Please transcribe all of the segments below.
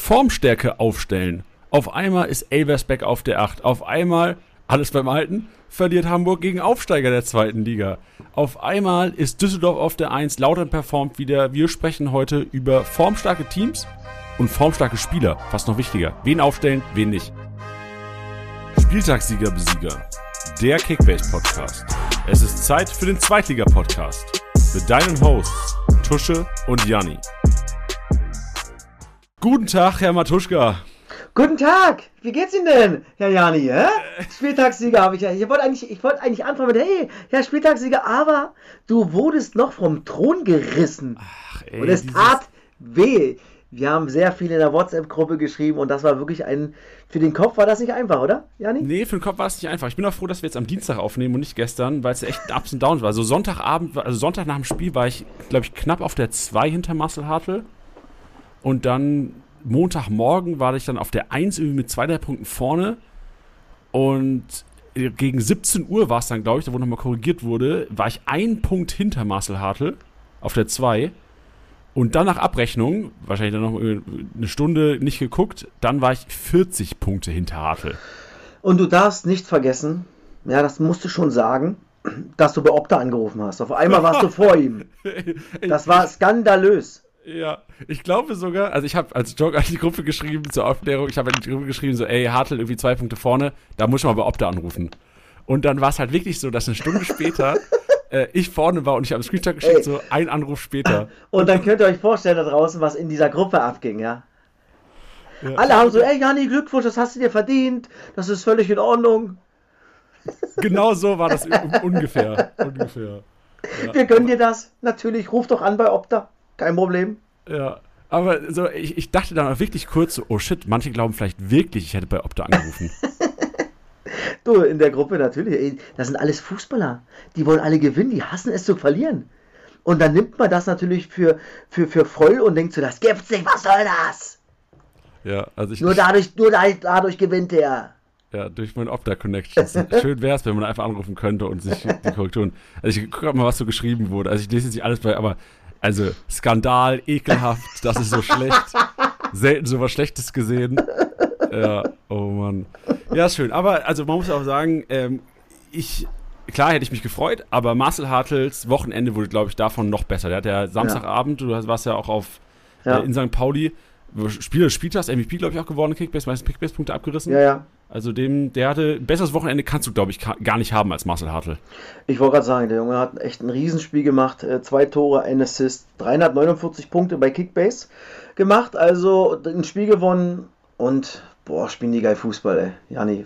Formstärke aufstellen. Auf einmal ist Elversberg auf der 8. Auf einmal, alles beim Alten, verliert Hamburg gegen Aufsteiger der 2. Liga. Auf einmal ist Düsseldorf auf der 1. Lautern performt wieder. Wir sprechen heute über formstarke Teams und formstarke Spieler. Fast noch wichtiger. Wen aufstellen, wen nicht. Spieltagssieger, Besieger. Der Kickbase-Podcast. Es ist Zeit für den Zweitliga-Podcast. Mit deinen Hosts Tusche und Janni. Guten Tag, Herr Matuschka. Guten Tag, wie geht's Ihnen denn, Herr Janni? Spieltagssieger habe ich ja. Ich wollte eigentlich anfangen mit, hey, Herr Spieltagssieger, aber du wurdest noch vom Thron gerissen. Ach, ey, und es tat weh. Wir haben sehr viel in der WhatsApp-Gruppe geschrieben und das war wirklich für den Kopf war das nicht einfach, oder, Janni? Nee, für den Kopf war es nicht einfach. Ich bin auch froh, dass wir jetzt am Dienstag aufnehmen und nicht gestern, weil es echt ein Ups und Downs war. Also Sonntag nach dem Spiel war ich, glaube ich, knapp auf der 2 hinter Marcel Hartl. Und dann Montagmorgen war ich dann auf der 1 irgendwie mit 2-3 Punkten vorne. Und gegen 17 Uhr war es dann, glaube ich, da wo nochmal korrigiert wurde, war ich 1 Punkt hinter Marcel Hartl auf der 2. Und dann nach Abrechnung, wahrscheinlich dann noch eine Stunde nicht geguckt, dann war ich 40 Punkte hinter Hartl. Und du darfst nicht vergessen, ja, das musst du schon sagen, dass du bei Opta angerufen hast. Auf einmal warst du vor ihm. Das war skandalös. Ja, ich glaube sogar, also ich habe als Joke an die Gruppe geschrieben, zur Aufklärung, ich habe in die Gruppe geschrieben, so, ey, Hartl irgendwie 2 Punkte vorne, da muss ich mal bei Opta anrufen. Und dann war es halt wirklich so, dass eine Stunde später ich vorne war und ich habe einen Screenshot geschickt, so ein Anruf später. Und dann könnt ihr euch vorstellen da draußen, was in dieser Gruppe abging, ja. Alle haben so, ey Janni, Glückwunsch, das hast du dir verdient, das ist völlig in Ordnung. Genau so war das ungefähr. Ja. Wir gönnen dir das, natürlich, ruf doch an bei Opta, kein Problem. Ja, aber so, ich dachte dann auch wirklich kurz so, oh shit, manche glauben vielleicht wirklich, ich hätte bei Opta angerufen. Du, in der Gruppe natürlich, ey, das sind alles Fußballer. Die wollen alle gewinnen, die hassen es zu verlieren. Und dann nimmt man das natürlich für voll und denkt so, das gibt's nicht, was soll das? Ja, also nur dadurch gewinnt er. Ja, durch meine Opta-Connections. Schön wäre es, wenn man einfach anrufen könnte und sich die Korrekturen. Also ich gucke mal, was so geschrieben wurde. Also ich lese jetzt nicht alles bei, aber also Skandal, ekelhaft, das ist so schlecht. Selten so was Schlechtes gesehen. Ja, oh Mann. Ja, ist schön. Aber also man muss auch sagen, klar hätte ich mich gefreut, aber Marcel Hartls Wochenende wurde, glaube ich, davon noch besser. Der hat ja Samstagabend, du warst ja auch in St. Pauli, Spieltags MVP, glaube ich, auch gewonnen, Kickbase, meistens Kickbase-Punkte abgerissen. Ja. Also der hatte ein besseres Wochenende kannst du, glaube ich, gar nicht haben als Marcel Hartl. Ich wollte gerade sagen, der Junge hat echt ein Riesenspiel gemacht. 2 Tore, ein Assist, 349 Punkte bei Kickbase gemacht. Also ein Spiel gewonnen und spielen die geil Fußball, ey. Janni,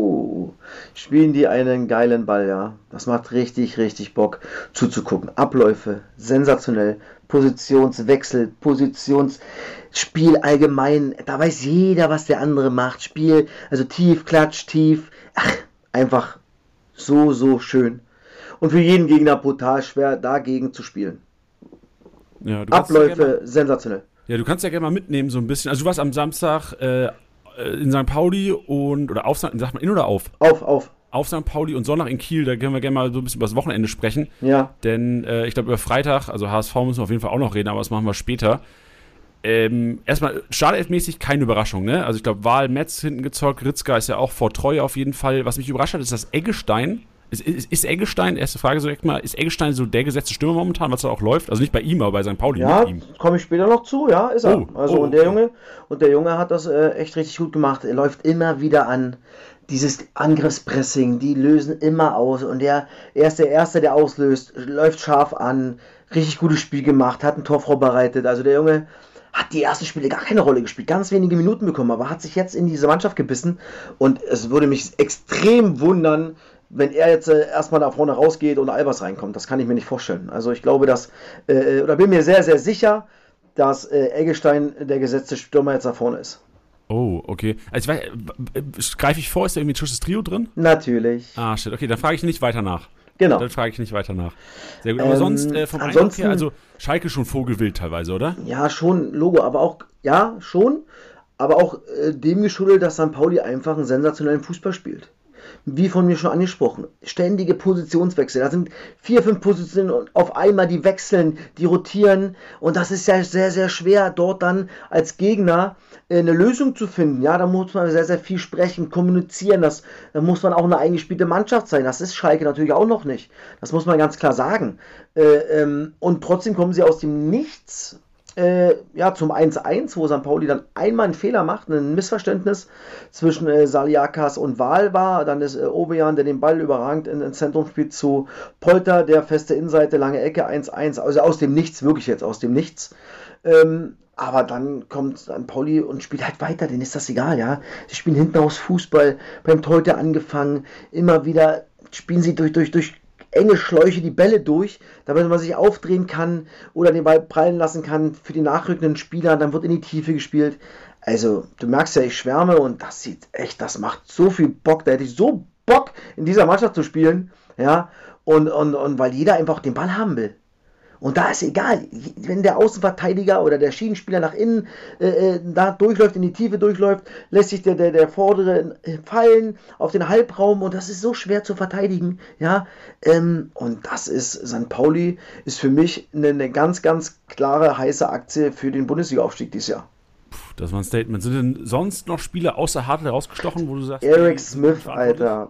spielen die einen geilen Ball, ja. Das macht richtig, richtig Bock zuzugucken. Abläufe, sensationell. Positionswechsel, Positionsspiel allgemein. Da weiß jeder, was der andere macht. Spiel, also tief, klatsch, tief. Ach, einfach so schön. Und für jeden Gegner brutal schwer, dagegen zu spielen. Ja, Abläufe, sensationell. Ja, du kannst ja gerne mal mitnehmen, so ein bisschen. Also du warst am Samstag in St. Pauli oder auf, sagt man in oder auf? Auf St. Pauli und Sonntag in Kiel, da können wir gerne mal so ein bisschen über das Wochenende sprechen. Ja. Denn ich glaube über Freitag, also HSV müssen wir auf jeden Fall auch noch reden, aber das machen wir später. Erstmal, startelfmäßig keine Überraschung, ne? Also ich glaube, Metz hinten gezockt, Ritzka ist ja auch vor Treu auf jeden Fall. Was mich überrascht hat, ist, dass Eggestein, ist Eggestein, erste Frage so direkt mal, ist Eggestein so der gesetzte Stürmer momentan, was da auch läuft? Also nicht bei ihm, aber bei St. Pauli ja, mit ihm. Komme ich später noch zu, ja, ist er. Und der Junge hat das echt richtig gut gemacht. Er läuft immer wieder an. Dieses Angriffspressing, die lösen immer aus und er ist der Erste, der auslöst, läuft scharf an, richtig gutes Spiel gemacht, hat ein Tor vorbereitet. Also der Junge hat die ersten Spiele gar keine Rolle gespielt, ganz wenige Minuten bekommen, aber hat sich jetzt in diese Mannschaft gebissen und es würde mich extrem wundern, wenn er jetzt erstmal da vorne rausgeht und Albers reinkommt. Das kann ich mir nicht vorstellen. Also ich glaube, oder bin mir sehr, sehr sicher, dass Eggestein der gesetzte Stürmer jetzt da vorne ist. Oh, okay. Also greife ich vor, ist da irgendwie ein Schuss Trio drin? Natürlich. Ah, shit. Okay, dann frage ich nicht weiter nach. Genau. Dann frage ich nicht weiter nach. Sehr gut. Aber sonst vom Eindruck her, also Schalke schon vogelwild teilweise, oder? Ja, schon, Logo, aber auch, dem geschuldet, dass St. Pauli einfach einen sensationellen Fußball spielt. wie von mir schon angesprochen, ständige Positionswechsel. Da sind 4, 5 Positionen auf einmal, die wechseln, die rotieren. Und das ist ja sehr, sehr schwer, dort dann als Gegner eine Lösung zu finden. Ja, da muss man sehr, sehr viel sprechen, kommunizieren. Da muss man auch eine eingespielte Mannschaft sein. Das ist Schalke natürlich auch noch nicht. Das muss man ganz klar sagen. Und trotzdem kommen sie aus dem Nichts zum 1-1, wo St. Pauli dann einmal einen Fehler macht, ein Missverständnis zwischen Saliakas und Wahl war. Dann ist Ovejan, der den Ball überragend ins Zentrum spielt, zu Polter, der feste Innenseite, lange Ecke, 1-1. Also aus dem Nichts, wirklich jetzt aus dem Nichts. Aber dann kommt St. Pauli und spielt halt weiter, denen ist das egal, ja. Sie spielen hinten aus Fußball, beim Torhüter angefangen, immer wieder spielen sie durch enge Schläuche die Bälle durch, damit man sich aufdrehen kann oder den Ball prallen lassen kann für die nachrückenden Spieler, dann wird in die Tiefe gespielt. Also, du merkst ja, ich schwärme und das macht so viel Bock, da hätte ich so Bock, in dieser Mannschaft zu spielen, ja, und weil jeder einfach den Ball haben will. Und da ist egal, wenn der Außenverteidiger oder der Schienenspieler nach innen da durchläuft, in die Tiefe durchläuft, lässt sich der Vordere fallen auf den Halbraum und das ist so schwer zu verteidigen. Ja? Und das ist, St. Pauli ist für mich eine ganz, ganz klare heiße Aktie für den Bundesliga-Aufstieg dieses Jahr. Das war ein Statement. Sind denn sonst noch Spieler außer Hartl rausgestochen, wo du sagst... Eric Smith, Alter.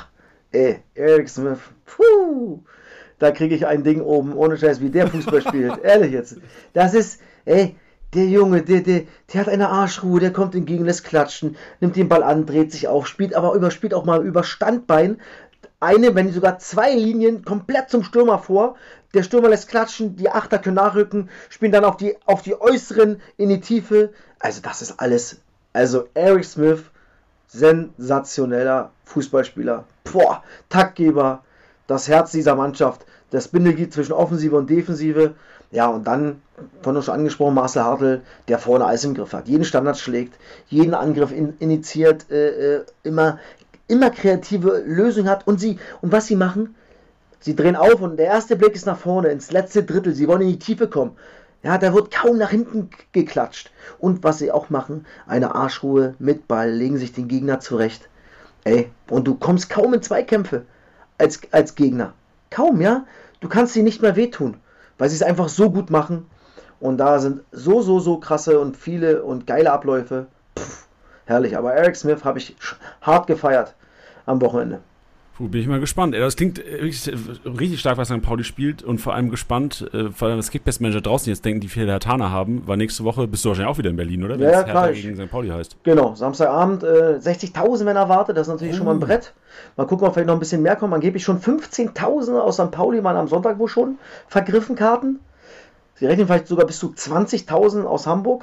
Eric Smith. Puh. Da kriege ich ein Ding oben, ohne Scheiß, wie der Fußball spielt. Ehrlich jetzt. Das ist, der Junge, der hat eine Arschruhe, der kommt entgegen, lässt klatschen, nimmt den Ball an, dreht sich auf, spielt auch mal über Standbein. Wenn nicht sogar 2 Linien komplett zum Stürmer vor. Der Stürmer lässt klatschen, die Achter können nachrücken, spielen dann auf die Äußeren in die Tiefe. Also das ist alles. Also Eric Smith, sensationeller Fußballspieler. Taktgeber. Das Herz dieser Mannschaft, das Bindeglied zwischen Offensive und Defensive. Ja, und dann, von uns schon angesprochen, Marcel Hartl, der vorne alles im Griff hat. Jeden Standard schlägt, jeden Angriff initiiert, immer kreative Lösungen hat. Und was sie machen, sie drehen auf und der erste Blick ist nach vorne, ins letzte Drittel. Sie wollen in die Tiefe kommen. Ja, da wird kaum nach hinten geklatscht. Und was sie auch machen, eine Arschruhe mit Ball, legen sich den Gegner zurecht. Und du kommst kaum in Zweikämpfe. Als Gegner. Kaum, ja? Du kannst sie nicht mehr wehtun, weil sie es einfach so gut machen. Und da sind so krasse und viele und geile Abläufe. Herrlich. Aber Eric Smith habe ich hart gefeiert am Wochenende. Bin ich mal gespannt. Das klingt wirklich richtig stark, was St. Pauli spielt und vor allem gespannt, vor allem das Kickbase-Manager draußen jetzt denken, die viele Herthaner haben, weil nächste Woche bist du wahrscheinlich auch wieder in Berlin, oder? Wenn es Hertha gegen St. Pauli heißt. Genau, Samstagabend 60.000, wenn erwartet, das ist natürlich schon mal ein Brett. Mal gucken, ob vielleicht noch ein bisschen mehr kommen. Angeblich schon 15.000 aus St. Pauli waren am Sonntag wohl schon vergriffen Karten. Sie rechnen vielleicht sogar bis zu 20.000 aus Hamburg.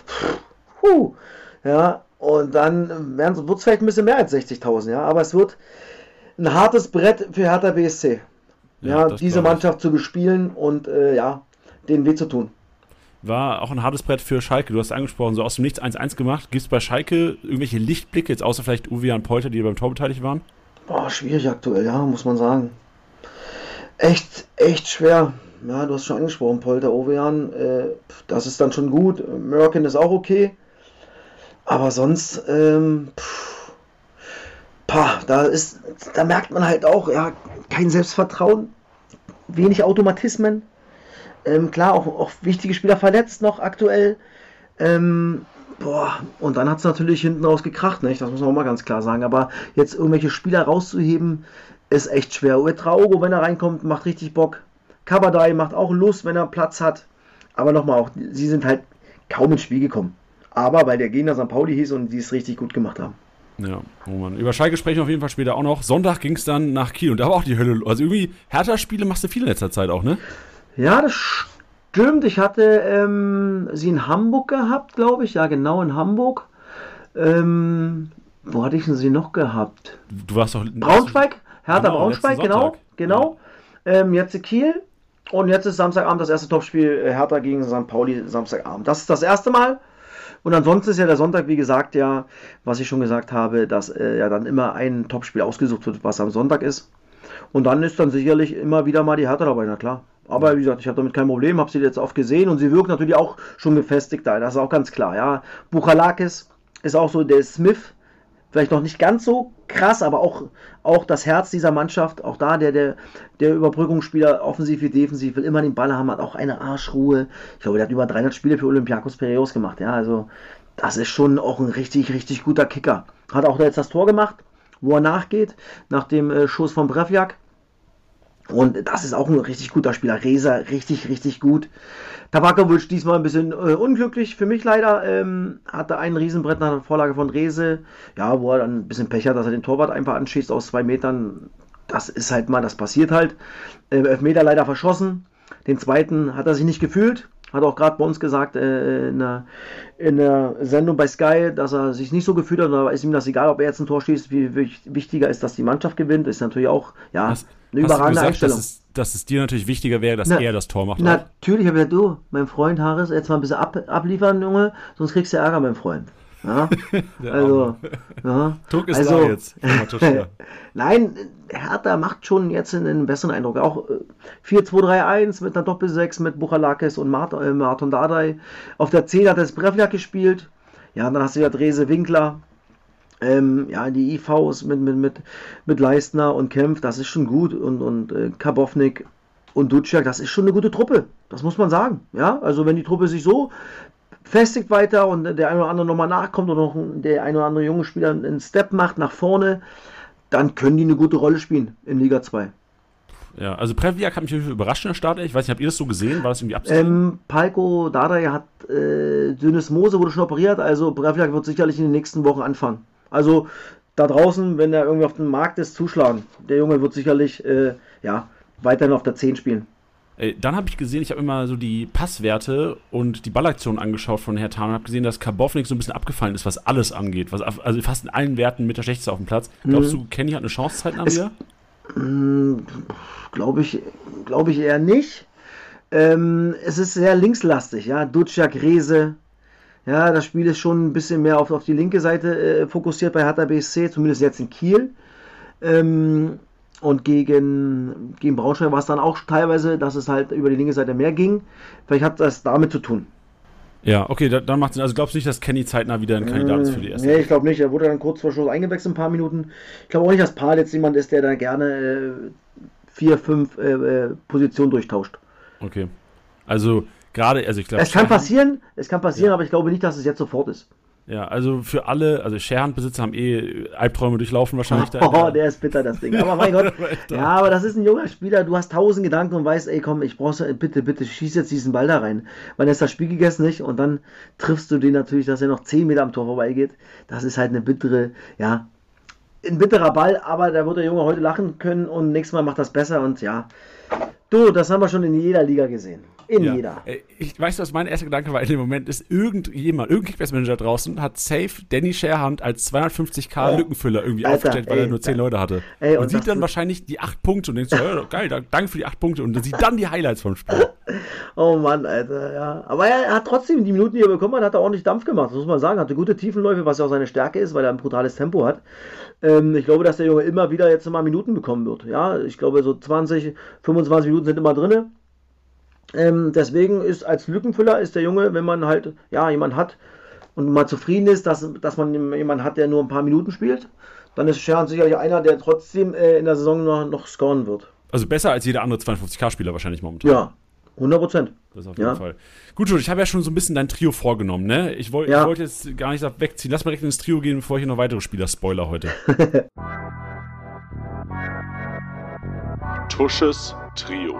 Ja, und dann wird es vielleicht ein bisschen mehr als 60.000, ja, aber es wird ein hartes Brett für Hertha BSC. Ja, diese Mannschaft zu bespielen und denen weh zu tun. War auch ein hartes Brett für Schalke. Du hast angesprochen, so aus dem Nichts 1-1 gemacht. Gibt es bei Schalke irgendwelche Lichtblicke, jetzt außer vielleicht Uwe und Polter, die beim Tor beteiligt waren? Schwierig aktuell, ja, muss man sagen. Echt schwer. Ja, du hast schon angesprochen, Polter, Ovejan, das ist dann schon gut. Mörken ist auch okay. Aber sonst, da merkt man halt auch, ja, kein Selbstvertrauen, wenig Automatismen. Klar, auch wichtige Spieler verletzt noch aktuell. Und dann hat es natürlich hinten raus gekracht, nicht? Das muss man auch mal ganz klar sagen. Aber jetzt irgendwelche Spieler rauszuheben, ist echt schwer. Uetraogo, wenn er reinkommt, macht richtig Bock. Kabadai macht auch Lust, wenn er Platz hat. Aber nochmal, auch sie sind halt kaum ins Spiel gekommen. Aber weil der Gegner St. Pauli hieß und die es richtig gut gemacht haben. Ja, oh Mann. Über Schalke sprechen wir auf jeden Fall später auch noch. Sonntag ging es dann nach Kiel und da war auch die Hölle. Also irgendwie Hertha-Spiele machst du viel in letzter Zeit auch, ne? Ja, das stimmt. Ich hatte sie in Hamburg gehabt, glaube ich. Ja, genau, in Hamburg. Wo hatte ich sie noch gehabt? Du warst doch... Braunschweig? Hertha genau, Braunschweig, genau. Ja. Jetzt Kiel. Und jetzt ist Samstagabend das erste Topspiel Hertha gegen St. Pauli, Samstagabend. Das ist das erste Mal. Und ansonsten ist ja der Sonntag, wie gesagt, ja, was ich schon gesagt habe, dass ja dann immer ein Topspiel ausgesucht wird, was am Sonntag ist. Und dann ist dann sicherlich immer wieder mal die Hertha dabei, na klar. Aber wie gesagt, ich habe damit kein Problem, habe sie jetzt oft gesehen und sie wirkt natürlich auch schon gefestigt da, das ist auch ganz klar, ja. Buchalakis ist auch so der Smith vielleicht noch nicht ganz so krass, aber auch das Herz dieser Mannschaft, auch da der Überbrückungsspieler, offensiv wie defensiv, will immer den Ball haben, hat auch eine Arschruhe. Ich glaube, der hat über 300 Spiele für Olympiakos Piräus gemacht, ja, also das ist schon auch ein richtig, richtig guter Kicker. Hat auch jetzt das Tor gemacht, wo er nachgeht, nach dem Schuss von Brevjak. Und das ist auch ein richtig guter Spieler. Reza, richtig, richtig gut. Tabakovic diesmal ein bisschen unglücklich, für mich leider. Hatte einen Riesenbrett nach der Vorlage von Reze. Ja, wo er dann ein bisschen Pech hat, dass er den Torwart einfach anschießt aus 2 Metern. Das ist halt mal, das passiert halt. Elfmeter leider verschossen. Den zweiten hat er sich nicht gefühlt. Hat auch gerade bei uns gesagt, in der Sendung bei Sky, dass er sich nicht so gefühlt hat, aber ist ihm das egal, ob er jetzt ein Tor schießt, wie wichtiger ist, dass die Mannschaft gewinnt, ist natürlich auch, ja, eine überragende Einstellung. Dass es dir natürlich wichtiger wäre, dass er das Tor macht. Natürlich, aber du, mein Freund Haris, jetzt mal ein bisschen abliefern, Junge, sonst kriegst du Ärger, mein Freund. Ja, also, ja. Druck ist da jetzt. Nein, Hertha macht schon jetzt einen besseren Eindruck. Auch 4-2-3-1 mit einer Doppel-6 mit Buchalakis und Marton Dardai. Auf der 10 hat es Brevjak gespielt. Ja, dann hast du ja Drese Winkler. Ja, die IVs mit Leistner und Kempf, das ist schon gut. Und Karbovnik und Duciak, das ist schon eine gute Truppe. Das muss man sagen. Ja, also wenn die Truppe sich so festigt weiter und der eine oder andere nochmal nachkommt oder noch der eine oder andere junge Spieler einen Step macht nach vorne, dann können die eine gute Rolle spielen in Liga 2. Ja, also Brevjak hat mich überrascht in der Start. Ich weiß nicht, habt ihr das so gesehen? War das irgendwie abzusehen? Palko Dardai hat Syndesmose, wurde schon operiert, also Brevjak wird sicherlich in den nächsten Wochen anfangen. Also da draußen, wenn er irgendwie auf dem Markt ist, zuschlagen. Der Junge wird sicherlich weiterhin auf der 10 spielen. Dann habe ich gesehen, ich habe immer so die Passwerte und die Ballaktionen angeschaut von Hertha und habe gesehen, dass Karbovnik so ein bisschen abgefallen ist, was alles angeht. Also fast in allen Werten mit der Schlechteste auf dem Platz. Glaubst du, Kenny hat eine Chance zeitnah wieder? Glaube ich eher nicht. Es ist sehr linkslastig, ja. Duciak, Reze. Ja, das Spiel ist schon ein bisschen mehr auf die linke Seite fokussiert bei Hertha BSC, zumindest jetzt in Kiel. Und gegen Braunschweig war es dann auch teilweise, dass es halt über die linke Seite mehr ging. Vielleicht hat das damit zu tun. Ja, okay, dann macht es Sinn. Also glaubst du nicht, dass Kenny zeitnah wieder ein Kandidat ist für die erste? Nee, ich glaube nicht. Er wurde dann kurz vor Schluss eingewechselt, ein paar Minuten. Ich glaube auch nicht, dass Pahl jetzt jemand ist, der da gerne 4, 5 Positionen durchtauscht. Okay. Also gerade, ich glaube... Es kann passieren, ja. Aber ich glaube nicht, dass es jetzt sofort ist. Ja, also für alle, also Sharehand-Besitzer haben Albträume durchlaufen wahrscheinlich. Der ist bitter, das Ding. Aber mein Gott, ja, aber das ist ein junger Spieler, du hast 1000 Gedanken und weißt, ey komm, ich brauch's, bitte, schieß jetzt diesen Ball da rein. Weil dann ist das Spiel gegessen, nicht? Und dann triffst du den natürlich, dass er noch 10 Meter am Tor vorbeigeht. Das ist halt ein bitterer Ball, aber da wird der Junge heute lachen können und nächstes Mal macht das besser und ja. Du, das haben wir schon in jeder Liga gesehen. Jeder. Ich weiß, was mein erster Gedanke war in dem Moment, ist irgendein Kickbase-Manager draußen hat safe Danny Sharehand als 250k Lückenfüller irgendwie aufgestellt, weil er nur 10 Leute hatte. Und sieht dann wahrscheinlich die 8 Punkte und denkt so, geil, danke für die 8 Punkte. Und dann sieht dann die Highlights vom Spiel. Oh Mann, Alter, ja. Aber er hat trotzdem die Minuten, die er bekommen hat er ordentlich Dampf gemacht, das muss man sagen. Hatte gute Tiefenläufe, was ja auch seine Stärke ist, weil er ein brutales Tempo hat. Ich glaube, dass der Junge immer wieder jetzt mal Minuten bekommen wird. Ja, ich glaube, so 20, 25 Minuten sind immer drin. Deswegen ist als Lückenfüller ist der Junge, wenn man halt jemanden hat und mal zufrieden ist, dass man jemanden hat, der nur ein paar Minuten spielt, dann ist Scherhan sicherlich einer, der trotzdem in der Saison noch scoren wird. Also besser als jeder andere 52k-Spieler wahrscheinlich momentan. Ja, 100%. Das auf jeden Fall. Gut, ich habe ja schon so ein bisschen dein Trio vorgenommen, ne? Ich wollte jetzt gar nicht wegziehen. Lass mal direkt ins Trio gehen, bevor ich hier noch weitere Spieler spoiler heute. Tusches Trio.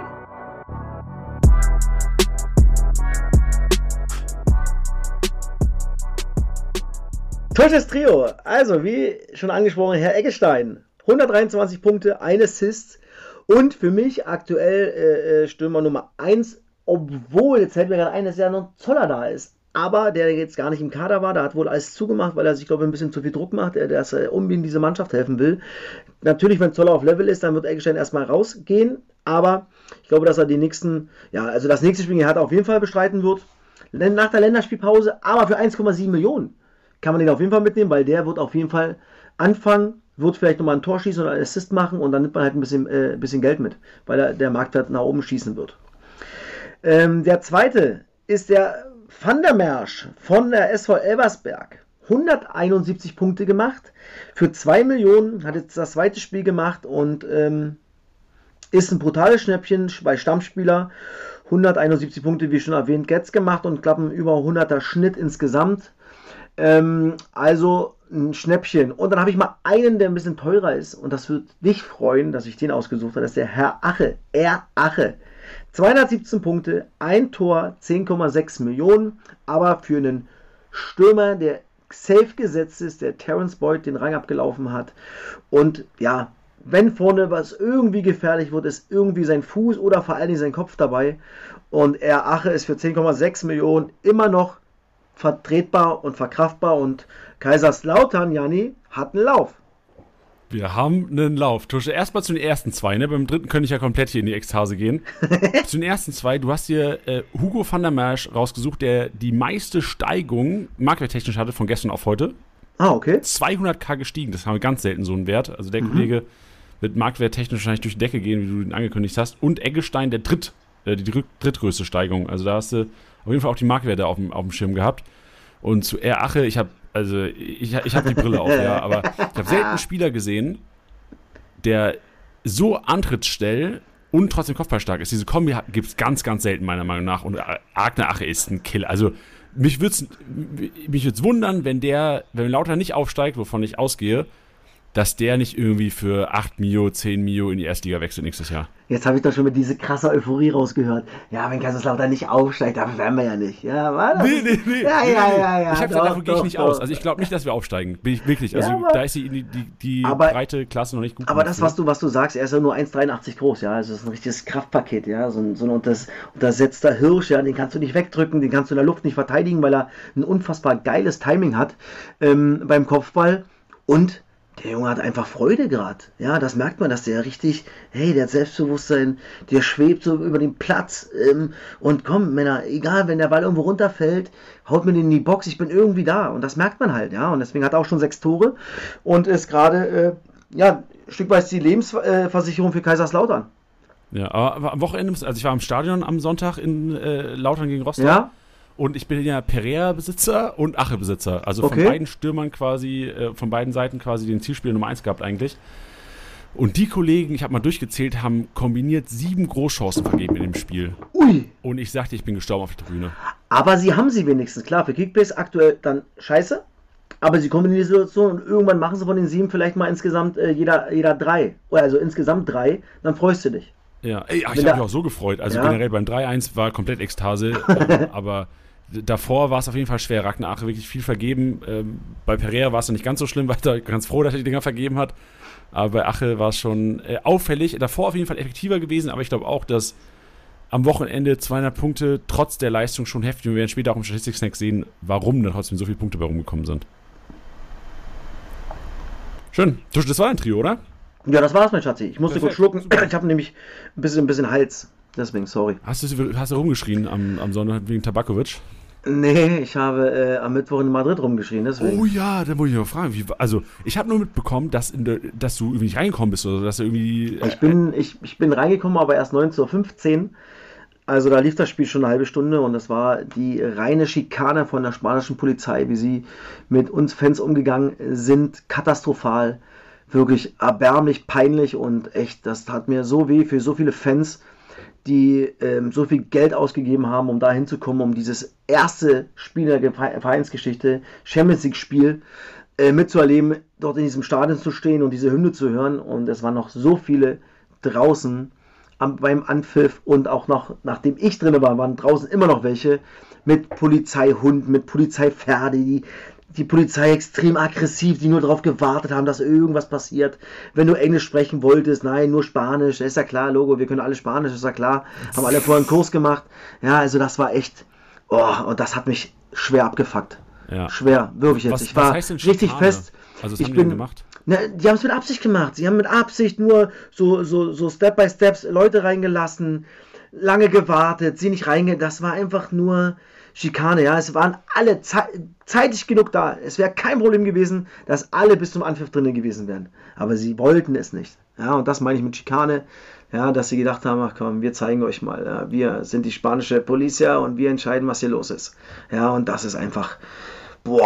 Tusches Trio, also wie schon angesprochen, Herr Eggestein, 123 Punkte, 1 Assist und für mich aktuell Stürmer Nummer 1, obwohl, jetzt fällt mir gerade ein, dass ja noch Zoller da ist, aber der jetzt gar nicht im Kader war, da hat wohl alles zugemacht, weil er sich, glaube ich, ein bisschen zu viel Druck macht, der unbedingt diese Mannschaft helfen will. Natürlich, wenn Zoller auf Level ist, dann wird Eggestein erstmal rausgehen, aber ich glaube, dass er das nächste Spiel er auf jeden Fall bestreiten wird, nach der Länderspielpause, aber für 1,7 Millionen. Kann man den auf jeden Fall mitnehmen, weil der wird auf jeden Fall anfangen, wird vielleicht nochmal ein Tor schießen oder einen Assist machen und dann nimmt man halt ein bisschen Geld mit, weil der Marktwert nach oben schießen wird. Der zweite ist der Van der Merch von der SV Elversberg. 171 Punkte gemacht. Für 2 Millionen hat jetzt das zweite Spiel gemacht und ist ein brutales Schnäppchen bei Stammspieler. 171 Punkte, wie schon erwähnt, Getz gemacht und klappen über 100er Schnitt insgesamt. Also ein Schnäppchen. Und dann habe ich mal einen, der ein bisschen teurer ist. Und das wird dich freuen, dass ich den ausgesucht habe. Das ist der Herr Ache. Ache. 217 Punkte, ein Tor, 10,6 Millionen. Aber für einen Stürmer, der safe gesetzt ist, der Terence Boyd den Rang abgelaufen hat. Und ja, wenn vorne was irgendwie gefährlich wird, ist irgendwie sein Fuß oder vor allen Dingen sein Kopf dabei. Und Ache ist für 10,6 Millionen immer noch vertretbar und verkraftbar. Und Kaiserslautern, Janni, hat einen Lauf. Wir haben einen Lauf. Tusche, erstmal zu den ersten zwei, ne? Beim dritten könnte ich ja komplett hier in die Ekstase gehen. Zu den ersten zwei, du hast dir Hugo van der Merch rausgesucht, der die meiste Steigung marktwerttechnisch hatte von gestern auf heute. Ah, okay. 200.000 gestiegen, das haben wir ganz selten so einen Wert. Also der Kollege wird marktwerttechnisch wahrscheinlich durch die Decke gehen, wie du ihn angekündigt hast. Und Eggestein, die drittgrößte Steigung. Also da hast du auf jeden Fall auch die Marktwerte auf dem Schirm gehabt. Und zu Ache, ich habe die Brille auf, ja, aber ich habe selten einen Spieler gesehen, der so antrittsschnell und trotzdem kopfballstark ist. Diese Kombi gibt es ganz, ganz selten meiner Meinung nach. Und Ache ist ein Killer. Also mich würde es wundern, wenn Lauter nicht aufsteigt, wovon ich ausgehe, dass der nicht irgendwie für 8 Mio, 10 Mio in die Erstliga wechselt nächstes Jahr. Jetzt habe ich doch schon mit diese krasse Euphorie rausgehört. Ja, wenn Kaiserslautern nicht aufsteigt, dann werden wir ja nicht. Ja, war das? Nee. Ja. Ich habe davon gehe ich nicht aus. Also ich glaube nicht, dass wir aufsteigen. Bin ich wirklich. Also ja, da ist die breite Klasse noch nicht gut. Aber das, was du sagst, er ist ja nur 1,83 groß, ja. Also das ist ein richtiges Kraftpaket, ja. So ein untersetzter Hirsch, ja, den kannst du nicht wegdrücken, den kannst du in der Luft nicht verteidigen, weil er ein unfassbar geiles Timing hat beim Kopfball. Und der Junge hat einfach Freude gerade. Ja, das merkt man, dass der richtig, der hat Selbstbewusstsein, der schwebt so über den Platz. Und komm, Männer, egal, wenn der Ball irgendwo runterfällt, haut mir den in die Box, ich bin irgendwie da. Und das merkt man halt, ja. Und deswegen hat er auch schon 6 Tore und ist gerade, ein Stück weit die Lebensversicherung für Kaiserslautern. Ja, aber am Wochenende, also ich war im Stadion am Sonntag in Lautern gegen Rostock. Ja. Und ich bin ja Pereira-Besitzer und Ache-Besitzer. Also von beiden Stürmern quasi, von beiden Seiten quasi den Zielspieler Nummer 1 gehabt eigentlich. Und die Kollegen, ich habe mal durchgezählt, haben kombiniert 7 Großchancen vergeben in dem Spiel. Ui. Und ich sagte, ich bin gestorben auf der Tribüne. Aber sie haben sie wenigstens. Klar, für Kickbase aktuell dann scheiße. Aber sie kommen in die Situation und irgendwann machen sie von den 7 vielleicht mal insgesamt jeder 3. Also insgesamt 3. Dann freust du dich. Ja, ich habe mich auch so gefreut. Also generell beim 3-1 war komplett Ekstase. Aber davor war es auf jeden Fall schwer. Ragnar Ache wirklich viel vergeben. Bei Pereira war es noch nicht ganz so schlimm, weil er ganz froh, dass er die Dinger vergeben hat. Aber bei Ache war es schon auffällig. Davor auf jeden Fall effektiver gewesen, aber ich glaube auch, dass am Wochenende 200 Punkte trotz der Leistung schon heftig. Wir werden später auch im Statistik-Snack sehen, warum da trotzdem so viele Punkte bei rumgekommen sind. Schön. Das war ein Trio, oder? Ja, das war's, mein Schatzi. Ich musste kurz schlucken. Ich habe nämlich ein bisschen Hals. Deswegen, sorry. Hast du rumgeschrien am Sonntag wegen Tabakovic? Nee, ich habe am Mittwoch in Madrid rumgeschrien, deswegen. Oh ja, da muss ich mal fragen. Ich habe nur mitbekommen, dass du irgendwie nicht reingekommen bist oder dass du irgendwie... Ich bin reingekommen, aber erst 19:15 Uhr. Also da lief das Spiel schon eine halbe Stunde und das war die reine Schikane von der spanischen Polizei, wie sie mit uns Fans umgegangen sind. Katastrophal. Wirklich erbärmlich, peinlich und echt, das tat mir so weh für so viele Fans, die so viel Geld ausgegeben haben, um da hinzukommen, um dieses erste Spiel der Vereinsgeschichte, Champions League Spiel, mitzuerleben, dort in diesem Stadion zu stehen und diese Hymne zu hören. Und es waren noch so viele draußen beim Anpfiff und auch noch, nachdem ich drin war, waren draußen immer noch welche mit Polizeihunden, mit Polizeipferde, die Polizei extrem aggressiv, die nur darauf gewartet haben, dass irgendwas passiert. Wenn du Englisch sprechen wolltest, nein, nur Spanisch, ist ja klar, Logo, wir können alle Spanisch, ist ja klar, haben alle vorher einen Kurs gemacht. Ja, also das war echt, und das hat mich schwer abgefuckt. Ja. Schwer, wirklich jetzt. Ich war richtig fest. Also was haben die denn gemacht? Die haben es mit Absicht gemacht. Sie haben mit Absicht nur so Step by Steps Leute reingelassen, lange gewartet, sie nicht reingehen. Das war einfach nur Schikane, ja. Es waren alle zeitig genug da. Es wäre kein Problem gewesen, dass alle bis zum Anpfiff drinnen gewesen wären. Aber sie wollten es nicht. Ja, und das meine ich mit Schikane. Ja, dass sie gedacht haben, ach komm, wir zeigen euch mal. Ja, wir sind die spanische Polizei und wir entscheiden, was hier los ist. Ja, und das ist einfach,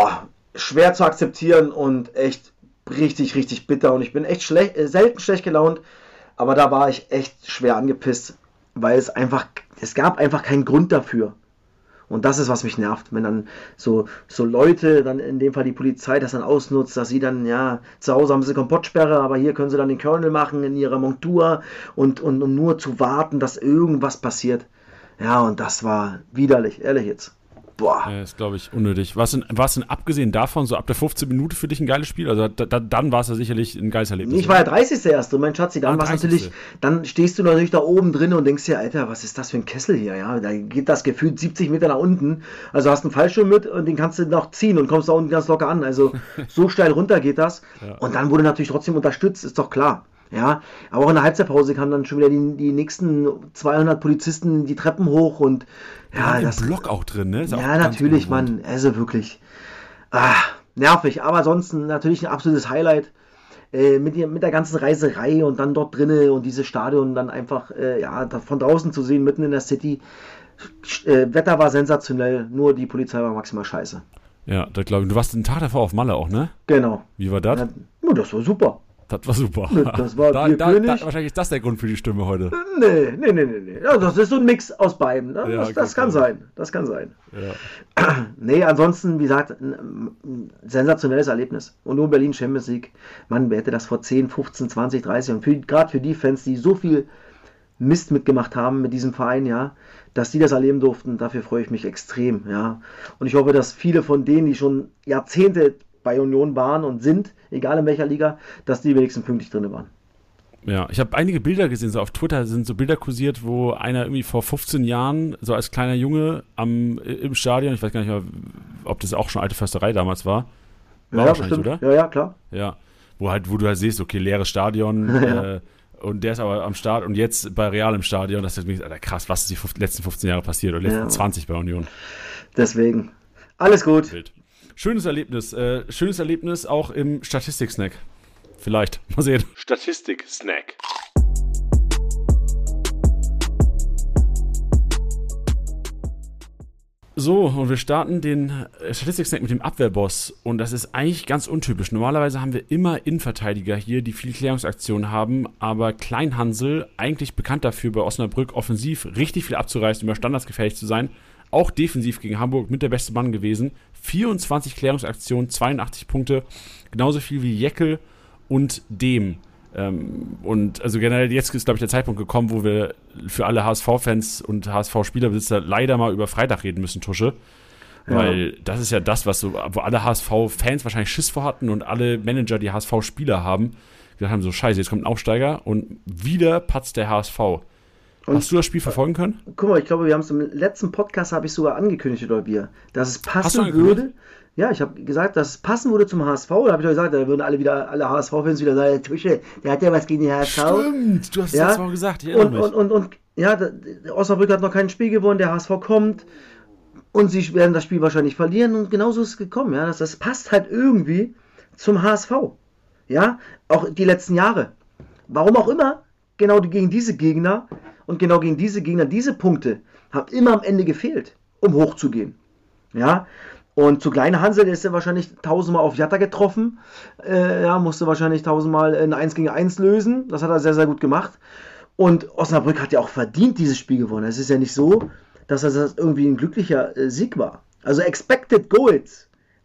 schwer zu akzeptieren und echt richtig, richtig bitter. Und ich bin echt selten schlecht gelaunt, aber da war ich echt schwer angepisst, weil es gab einfach keinen Grund dafür. Und das ist, was mich nervt, wenn dann so Leute, dann in dem Fall die Polizei, das dann ausnutzt, dass sie dann, ja, zu Hause haben sie Kompottsperre, aber hier können sie dann den Colonel machen in ihrer Montur und nur zu warten, dass irgendwas passiert. Ja, und das war widerlich, ehrlich jetzt. Boah. Ja, ist, glaube ich, unnötig. War es denn abgesehen davon so ab der 15. Minute für dich ein geiles Spiel? Also dann war es ja sicherlich ein geiles Erlebnis. Ich war ja 30. erst, mein Schatzi, dann war es natürlich, dann stehst du natürlich da oben drin und denkst dir, Alter, was ist das für ein Kessel hier, ja? Da geht das gefühlt 70 Meter nach unten, also hast einen Fallschirm mit und den kannst du noch ziehen und kommst da unten ganz locker an, also so steil runter geht das. Ja. Und dann wurde natürlich trotzdem unterstützt, ist doch klar. Ja, aber auch in der Halbzeitpause kamen dann schon wieder die nächsten 200 Polizisten die Treppen hoch und ja, das Block auch drin, ne? Ist ja, natürlich, Mann, also wirklich nervig, aber ansonsten natürlich ein absolutes Highlight mit der ganzen Reiserei und dann dort drinnen und dieses Stadion dann einfach von draußen zu sehen, mitten in der City. Wetter war sensationell, nur die Polizei war maximal scheiße. Ja, da glaube ich, du warst den Tag davor auf Malle auch, ne? Genau. Wie war das? Ja, das war super. Das war super. Das war wahrscheinlich ist das der Grund für die Stimme heute. Nee. Ja, das ist so ein Mix aus beiden. Ne? Ja, das kann sein. Das kann sein. Ja. Nee, ansonsten, wie gesagt, ein sensationelles Erlebnis. Und nur Berlin Champions League. Mann, wer hätte das vor 10, 15, 20, 30 und gerade für die Fans, die so viel Mist mitgemacht haben mit diesem Verein, ja, dass die das erleben durften, dafür freue ich mich extrem, ja. Und ich hoffe, dass viele von denen, die schon Jahrzehnte bei Union waren und sind, egal in welcher Liga, dass die wenigstens pünktlich drin waren. Ja, ich habe einige Bilder gesehen, so auf Twitter sind so Bilder kursiert, wo einer irgendwie vor 15 Jahren, so als kleiner Junge im Stadion, ich weiß gar nicht mehr, ob das auch schon alte Försterei damals war. War wahrscheinlich, bestimmt. Oder? Ja, klar. Ja, wo du halt siehst, okay, leeres Stadion, ja. Und der ist aber am Start und jetzt bei Real im Stadion, das ist Alter, krass, was ist die letzten 15 Jahre passiert oder letzten 20 bei Union. Deswegen, alles gut. Bild. Schönes Erlebnis auch im Statistik-Snack. Vielleicht, mal sehen. Statistik-Snack. So, und wir starten den Statistik-Snack mit dem Abwehrboss. Und das ist eigentlich ganz untypisch. Normalerweise haben wir immer Innenverteidiger hier, die viel Klärungsaktionen haben. Aber Kleinhansel, eigentlich bekannt dafür, bei Osnabrück offensiv richtig viel abzureißen, über Standards gefährlich zu sein. Auch defensiv gegen Hamburg mit der beste Mann gewesen. 24 Klärungsaktionen, 82 Punkte. Genauso viel wie Jeckel und Dehm. Und also generell jetzt ist, glaube ich, der Zeitpunkt gekommen, wo wir für alle HSV-Fans und HSV-Spielerbesitzer leider mal über Freitag reden müssen, Tusche. Ja. Weil das ist ja das, wo alle HSV-Fans wahrscheinlich Schiss vor hatten und alle Manager, die HSV-Spieler haben, gesagt haben, so scheiße, jetzt kommt ein Aufsteiger und wieder patzt der HSV. Und hast du das Spiel verfolgen können? Guck mal, ich glaube, wir haben es im letzten Podcast, habe ich sogar angekündigt, oder wir, dass es passen würde. Ja, ich habe gesagt, dass es passen würde zum HSV. Da habe ich doch gesagt, da würden alle HSV-Fans wieder sagen, Tusche, der hat ja was gegen den HSV. Stimmt, du hast es mal gesagt, ich erinnere mich. Und Osnabrück hat noch kein Spiel gewonnen, der HSV kommt und sie werden das Spiel wahrscheinlich verlieren und genauso ist es gekommen. Ja, das passt halt irgendwie zum HSV. Ja, auch die letzten Jahre. Warum auch immer, genau gegen diese Gegner und genau gegen diese Gegner, diese Punkte haben immer am Ende gefehlt, um hochzugehen. Ja, und zu Kleine Hansel, der ist ja wahrscheinlich 1000-mal auf Jatta getroffen. Musste wahrscheinlich 1000-mal ein 1 gegen 1 lösen. Das hat er sehr, sehr gut gemacht. Und Osnabrück hat ja auch verdient dieses Spiel gewonnen. Es ist ja nicht so, dass das irgendwie ein glücklicher Sieg war. Also Expected Goals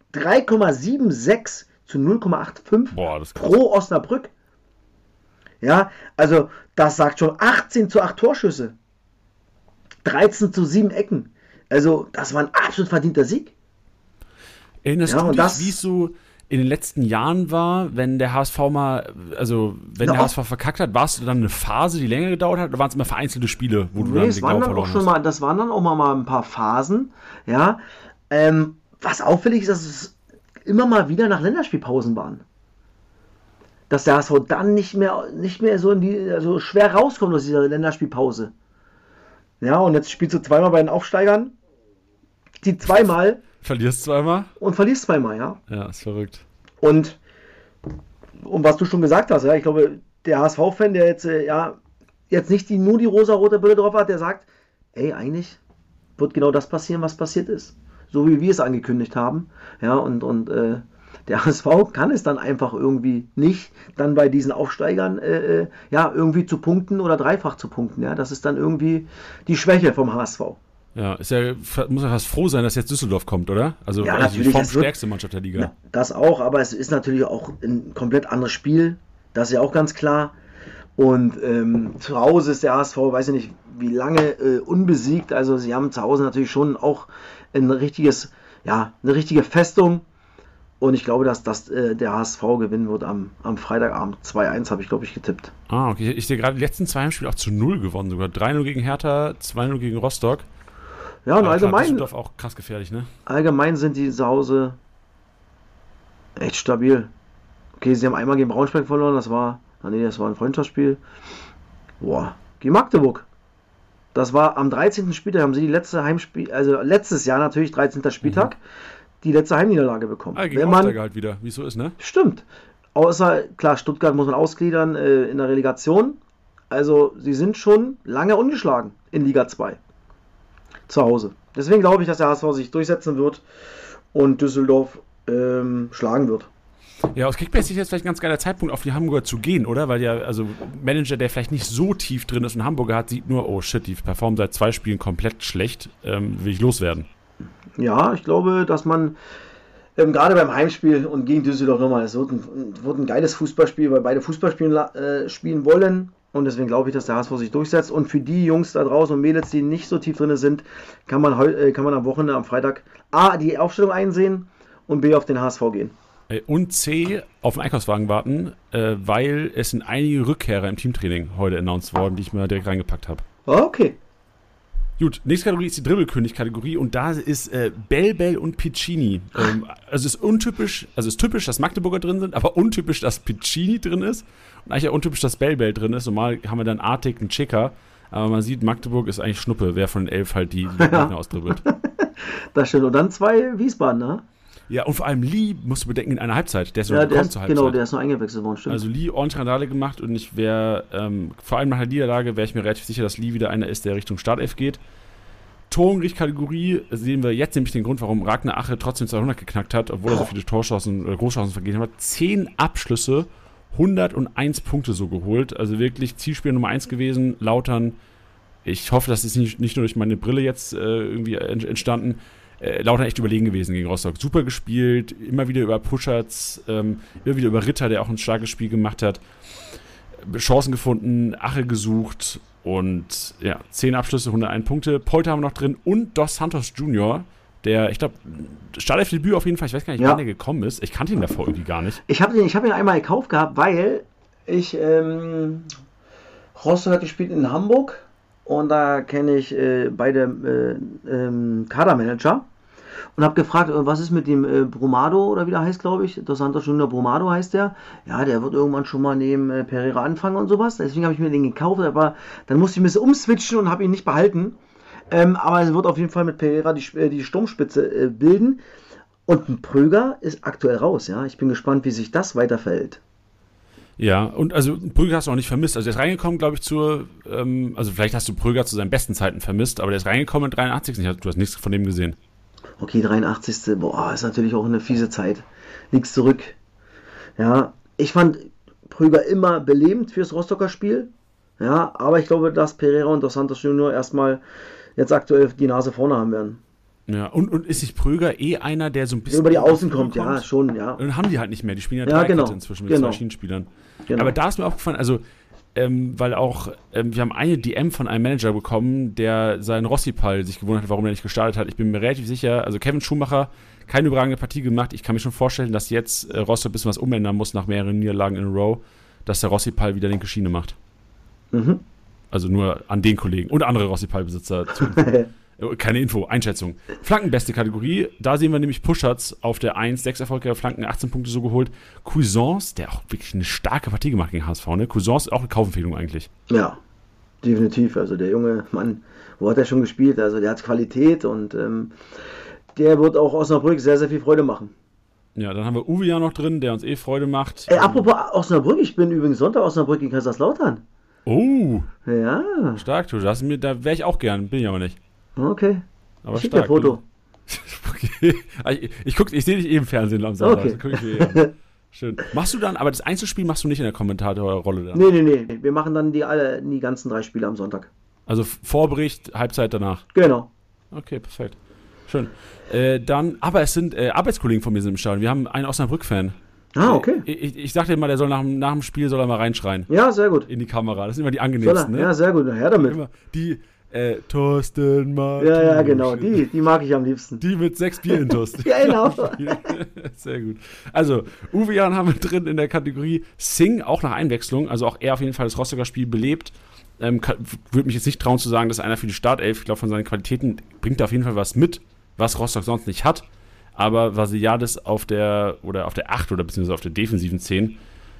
3,76 zu 0,85 pro Osnabrück. Ja, also das sagt schon 18 zu 8 Torschüsse. 13 zu 7 Ecken. Also das war ein absolut verdienter Sieg. Erinnerst du dich, wie es so in den letzten Jahren war, wenn der HSV der HSV verkackt hat, warst du dann eine Phase, die länger gedauert hat, oder waren es immer vereinzelte Spiele, wo du dann den Glauben verloren hast? Das waren dann auch mal ein paar Phasen, ja. Was auffällig ist, dass es immer mal wieder nach Länderspielpausen waren. Dass der HSV dann nicht mehr so schwer rauskommt aus dieser Länderspielpause. Ja, und jetzt spielst du zweimal bei den Aufsteigern, die zweimal verlierst zweimal? Und verlierst zweimal, ja. Ja, ist verrückt. Und was du schon gesagt hast, ja, ich glaube, der HSV-Fan, der jetzt nicht nur die rosa-rote Brille drauf hat, der sagt, ey, eigentlich wird genau das passieren, was passiert ist. so wie wir es angekündigt haben. Ja, und der HSV kann es dann einfach irgendwie nicht, dann bei diesen Aufsteigern irgendwie zu punkten oder dreifach zu punkten. Ja, das ist dann irgendwie die Schwäche vom HSV. Ja, muss ja fast froh sein, dass jetzt Düsseldorf kommt, oder? Also ja, natürlich, die formstärkste Mannschaft der Liga. Das auch, aber es ist natürlich auch ein komplett anderes Spiel. Das ist ja auch ganz klar. Und zu Hause ist der HSV, weiß ich nicht, wie lange unbesiegt. Also sie haben zu Hause natürlich schon auch eine richtige Festung. Und ich glaube, dass der HSV gewinnen wird am Freitagabend. 2-1 habe ich, glaube ich, getippt. Ah, okay. Ich sehe gerade die letzten 2 Heimspiele auch zu 0 gewonnen sogar. 3-0 gegen Hertha, 2-0 gegen Rostock. Ja, und allgemein. Düsseldorf auch krass gefährlich, ne? Allgemein sind die zu Hause echt stabil. Okay, sie haben einmal gegen Braunschweig verloren, das war ein Freundschaftsspiel. Boah, gegen Magdeburg. Das war am 13. Spieltag, haben sie die letzte Heimspiel, also letztes Jahr natürlich, 13. Spieltag, die letzte Heimniederlage bekommen. Gegen Aufsteiger halt wieder, wie es so ist, ne? Stimmt. Außer, klar, Stuttgart muss man ausgliedern in der Relegation. Also, sie sind schon lange ungeschlagen in Liga 2. Zu Hause. Deswegen glaube ich, dass der HSV sich durchsetzen wird und Düsseldorf schlagen wird. Ja, aus Kickbase ist jetzt vielleicht ein ganz geiler Zeitpunkt, auf die Hamburger zu gehen, oder? Weil ja, also Manager, der vielleicht nicht so tief drin ist und Hamburger hat, sieht nur, oh shit, die performen seit 2 Spielen komplett schlecht, will ich loswerden. Ja, ich glaube, dass man gerade beim Heimspiel und gegen Düsseldorf nochmal, es wird ein geiles Fußballspiel, weil beide Fußball spielen wollen. Und deswegen glaube ich, dass der HSV sich durchsetzt. Und für die Jungs da draußen und Mädels, die nicht so tief drin sind, kann man am Wochenende, am Freitag A, die Aufstellung einsehen und B, auf den HSV gehen. Und C, auf den Einkaufswagen warten, weil es sind einige Rückkehrer im Teamtraining heute announced worden, die ich mir direkt reingepackt habe. Okay. Gut, nächste Kategorie ist die Dribbelkönig-Kategorie und da ist Bell und Piccini. Also ist untypisch, also ist typisch, dass Magdeburger drin sind, aber untypisch, dass Piccini drin ist und eigentlich auch untypisch, dass Bell drin ist. Normal haben wir dann Artig, einen Chicker, aber man sieht, Magdeburg ist eigentlich Schnuppe, wer von den 11 halt die Gegner ausdribbelt. Das stimmt. Und dann 2 Wiesbaden, ne? Ja, und vor allem Lee, musst du bedenken, in einer Halbzeit. Der ist zur Halbzeit. Genau, der ist noch eingewechselt worden, stimmt. Also Lee ordentlich Randale gemacht und ich wäre, vor allem nach der Niederlage, wäre ich mir relativ sicher, dass Lee wieder einer ist, der Richtung Startelf geht. Torhungrig-Kategorie sehen wir jetzt nämlich den Grund, warum Ragnar Ache trotzdem 200 geknackt hat, obwohl er so viele Torchancen oder Großchancen vergeben hat. 10 Abschlüsse, 101 Punkte so geholt. Also wirklich Zielspieler Nummer 1 gewesen. Lautern, ich hoffe, das ist nicht nur durch meine Brille jetzt irgendwie entstanden. Lautern echt überlegen gewesen gegen Rostock. Super gespielt, immer wieder über Puscherts, immer wieder über Ritter, der auch ein starkes Spiel gemacht hat. Chancen gefunden, Ache gesucht und ja, 10 Abschlüsse, 101 Punkte. Polter haben wir noch drin und Dos Santos Jr., der, ich glaube, Startelf-Debüt auf jeden Fall, ich weiß gar nicht, wann der gekommen ist. Ich kannte ihn davor irgendwie gar nicht. Ich hab ihn einmal gekauft gehabt, weil ich Rostock hat gespielt in Hamburg und da kenne ich beide Kadermanager und habe gefragt, was ist mit dem Brumado oder wie der heißt, glaube ich. Dos Santos Junior Brumado heißt der. Ja, der wird irgendwann schon mal neben Pereira anfangen und sowas. Deswegen habe ich mir den gekauft, aber dann musste ich ein bisschen umswitchen und habe ihn nicht behalten. Aber es wird auf jeden Fall mit Pereira die Sturmspitze bilden. Und ein Pröger ist aktuell raus, ja. Ich bin gespannt, wie sich das weiterverhält. Ja, und also Pröger hast du auch nicht vermisst. Also der ist reingekommen, glaube ich, also vielleicht hast du Pröger zu seinen besten Zeiten vermisst, aber der ist reingekommen in 83. Du hast nichts von dem gesehen. Okay, 83. Boah, ist natürlich auch eine fiese Zeit. Nichts zurück. Ja, ich fand Pröger immer belebend fürs Rostocker Spiel. Ja, aber ich glaube, dass Pereira und Dos Santos Junior erstmal jetzt aktuell die Nase vorne haben werden. Ja, und ist nicht Pröger einer, der so ein bisschen über die Außen kommt, ja, schon, ja. Und haben die halt nicht mehr, die spielen ja Dreierkette inzwischen mit 2 Schienenspielern. Genau. Aber da ist mir aufgefallen, also, weil auch, wir haben eine DM von einem Manager bekommen, der seinen Rossi-Pall sich gewundert hat, warum er nicht gestartet hat. Ich bin mir relativ sicher, also Kevin Schumacher, keine überragende Partie gemacht. Ich kann mir schon vorstellen, dass jetzt Rostock ein bisschen was umändern muss nach mehreren Niederlagen in a row, dass der Rossi-Pall wieder linke Schiene macht. Mhm. Also nur an den Kollegen und andere Rossi-Pall-Besitzer. Keine Info, Einschätzung. Flankenbeste Kategorie, da sehen wir nämlich Puscherts auf der 1, 6 erfolgreiche Flanken, 18 Punkte so geholt. Cuisance, der auch wirklich eine starke Partie gemacht gegen HSV, ne? Cuisance ist auch eine Kaufempfehlung eigentlich. Ja, definitiv. Also der junge Mann, wo hat er schon gespielt? Also der hat Qualität und der wird auch Osnabrück sehr, sehr viel Freude machen. Ja, dann haben wir Uwe ja noch drin, der uns Freude macht. Apropos Osnabrück, ich bin übrigens Sonntag Osnabrück gegen Kaiserslautern. Oh! Ja. Stark, du. Da wäre ich auch gern, bin ich aber nicht. Okay. Aber ich schicke dir ein Foto. Okay. Ich sehe dich eh im Fernsehen am Sonntag. Okay. Guck ich mir eh an. Schön. Machst du dann, aber das Einzelspiel machst du nicht in der Kommentatorrolle dann? Nee. Wir machen dann die ganzen 3 Spiele am Sonntag. Also Vorbericht, Halbzeit danach. Genau. Okay, perfekt. Schön. Aber es sind Arbeitskollegen von mir sind im Stadion. Wir haben einen Osnabrück-Fan. Ah, okay. Ich dachte immer, der soll nach dem Spiel soll er mal reinschreien. Ja, sehr gut. In die Kamera. Das sind immer die angenehmsten, ne? Ja, sehr gut. Her damit. Immer die Thorsten Martin. Ja, genau. Die mag ich am liebsten. Die mit 6 Bier-Intus. Ja, genau. Sehr gut. Also, Uwe Jan haben wir drin in der Kategorie Sing, auch nach Einwechslung. Also auch er auf jeden Fall das Rostocker Spiel belebt. Würde mich jetzt nicht trauen zu sagen, dass einer für die Startelf, ich glaube, von seinen Qualitäten bringt er auf jeden Fall was mit, was Rostock sonst nicht hat. Aber Vasiliadis auf der 8 oder beziehungsweise auf der defensiven 10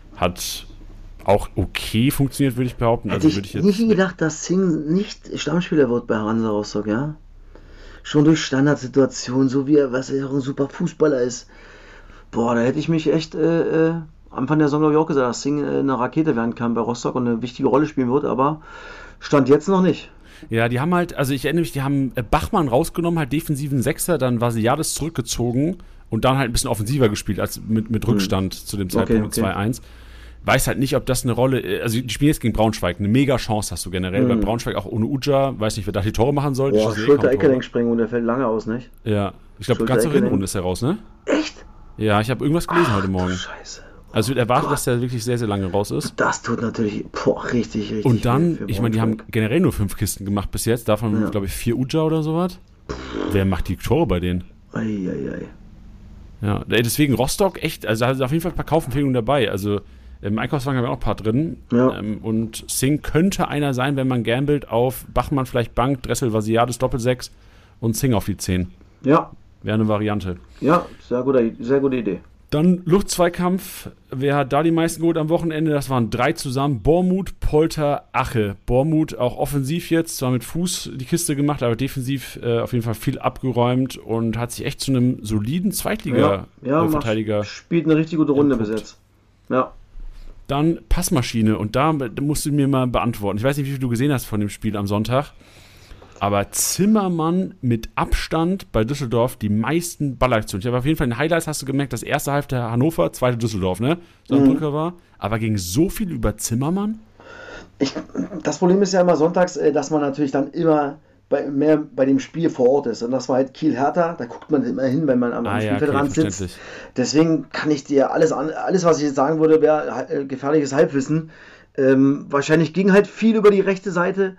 hat auch okay funktioniert, würde ich behaupten. Hätte ich nicht gedacht, dass Singh nicht Stammspieler wird bei Hansa Rostock, ja? Schon durch Standardsituationen, so wie was er auch ein super Fußballer ist. Boah, da hätte ich mich echt Anfang der Saison, glaube ich, auch gesagt, dass Singh eine Rakete werden kann bei Rostock und eine wichtige Rolle spielen wird, aber Stand jetzt noch nicht. Ja, die haben halt, also ich erinnere mich, die haben Bachmann rausgenommen, halt defensiven Sechser, dann Vasiliadis zurückgezogen und dann halt ein bisschen offensiver gespielt, als mit Rückstand zu dem Zeitpunkt 2-1. Weiß halt nicht, ob das eine Rolle, also die spielen jetzt gegen Braunschweig, eine mega Chance hast du generell, bei Braunschweig auch ohne Uja, weiß nicht, wer da die Tore machen soll. Boah, Schulter-Ecke-Lenksprengung, der fällt lange aus, nicht? Ja, ich glaube, ganze Hinrunde ist er raus, ne? Echt? Ja, ich habe irgendwas gelesen heute Morgen. Scheiße. Also wird erwartet, dass der wirklich sehr, sehr lange raus ist. Das tut natürlich, richtig. Und dann, ich meine, die haben generell nur 5 Kisten gemacht bis jetzt, davon, glaube ich, 4 Uja oder sowas. Wer macht die Tore bei denen? Eieiei. Ja, deswegen Rostock echt, also da sind auf jeden Fall ein paar Kaufempfehlungen dabei, also im Einkaufswagen haben wir auch ein paar drin. Ja. Und Singh könnte einer sein, wenn man gambelt auf Bachmann vielleicht Bank, Dressel, Vasiliadis Doppel-6 und Singh auf die 10. Ja. Wäre eine Variante. Ja, sehr gute Idee. Dann Luftzweikampf. Wer hat da die meisten geholt am Wochenende? Das waren 3 zusammen. Bormuth, Polter, Ache. Bormuth auch offensiv jetzt, zwar mit Fuß die Kiste gemacht, aber defensiv auf jeden Fall viel abgeräumt und hat sich echt zu einem soliden Zweitliga-Verteidiger spielt eine richtig gute Runde bis jetzt. Ja. Dann Passmaschine und da musst du mir mal beantworten. Ich weiß nicht, wie viel du gesehen hast von dem Spiel am Sonntag, aber Zimmermann mit Abstand bei Düsseldorf die meisten Ballaktionen. Ich habe auf jeden Fall in den Highlights hast du gemerkt, dass erste Hälfte Hannover, zweite Düsseldorf, ne? So ein Brücker war, aber ging so viel über Zimmermann? Das Problem ist ja immer sonntags, dass man natürlich dann immer mehr bei dem Spiel vor Ort ist. Und das war halt Kiel-Hertha, da guckt man immer hin, wenn man am Spielfeldrand sitzt. Deswegen kann ich dir alles, was ich jetzt sagen würde, wäre gefährliches Halbwissen. Wahrscheinlich ging halt viel über die rechte Seite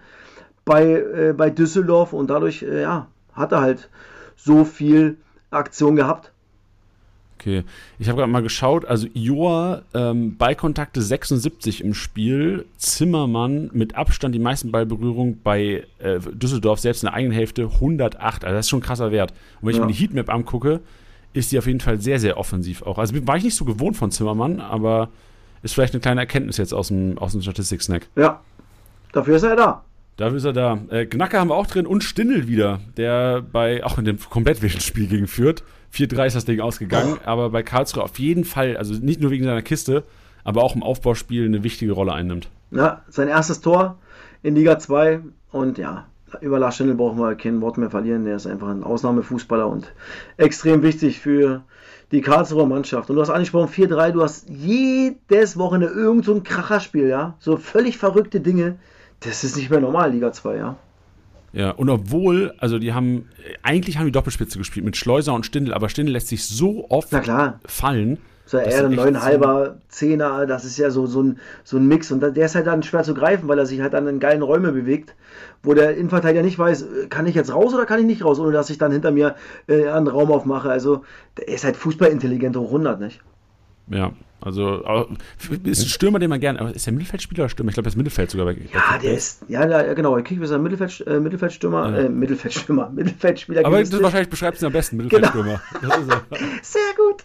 bei Düsseldorf und dadurch hat er halt so viel Aktion gehabt. Okay, ich habe gerade mal geschaut, also Joa Ballkontakte 76 im Spiel, Zimmermann mit Abstand die meisten Ballberührungen bei Düsseldorf, selbst in der eigenen Hälfte 108, also das ist schon ein krasser Wert. Und wenn ich mir die Heatmap angucke, ist die auf jeden Fall sehr, sehr offensiv auch. Also war ich nicht so gewohnt von Zimmermann, aber ist vielleicht eine kleine Erkenntnis jetzt aus dem Statistik-Snack. Ja, dafür ist er da. Dafür ist er da. Gnacke haben wir auch drin und Stindl wieder, der auch in dem komplett wilden Spiel gegen Fürth. 4-3 ist das Ding ausgegangen, aber bei Karlsruhe auf jeden Fall, also nicht nur wegen seiner Kiste, aber auch im Aufbauspiel eine wichtige Rolle einnimmt. Ja, sein erstes Tor in Liga 2 und über Lars Stindl brauchen wir kein Wort mehr verlieren. Der ist einfach ein Ausnahmefußballer und extrem wichtig für die Karlsruher Mannschaft. Und du hast angesprochen, 4-3, du hast jedes Wochenende irgend so ein Kracherspiel, ja, so völlig verrückte Dinge. Das ist nicht mehr normal, Liga 2, ja. Ja, und obwohl, also eigentlich haben die Doppelspitze gespielt mit Schleuser und Stindl, aber Stindl lässt sich so oft fallen. So eher ein 9,5er, 10er, das ist ja so ein Mix und der ist halt dann schwer zu greifen, weil er sich halt dann in geilen Räume bewegt, wo der Innenverteidiger nicht weiß, kann ich jetzt raus oder kann ich nicht raus, ohne dass ich dann hinter mir einen Raum aufmache. Also der ist halt fußballintelligent hoch 100, nicht? Ja, also ist ein Stürmer, den man gerne. Ist der Mittelfeldspieler oder Stürmer? Ich glaube, der ist Mittelfeld sogar. Genau. Kick ist ein Mittelfeldstürmer, Mittelfeldspieler. Aber du wahrscheinlich beschreibst ihn am besten, Mittelfeldstürmer. Genau. Das ist er. Sehr gut.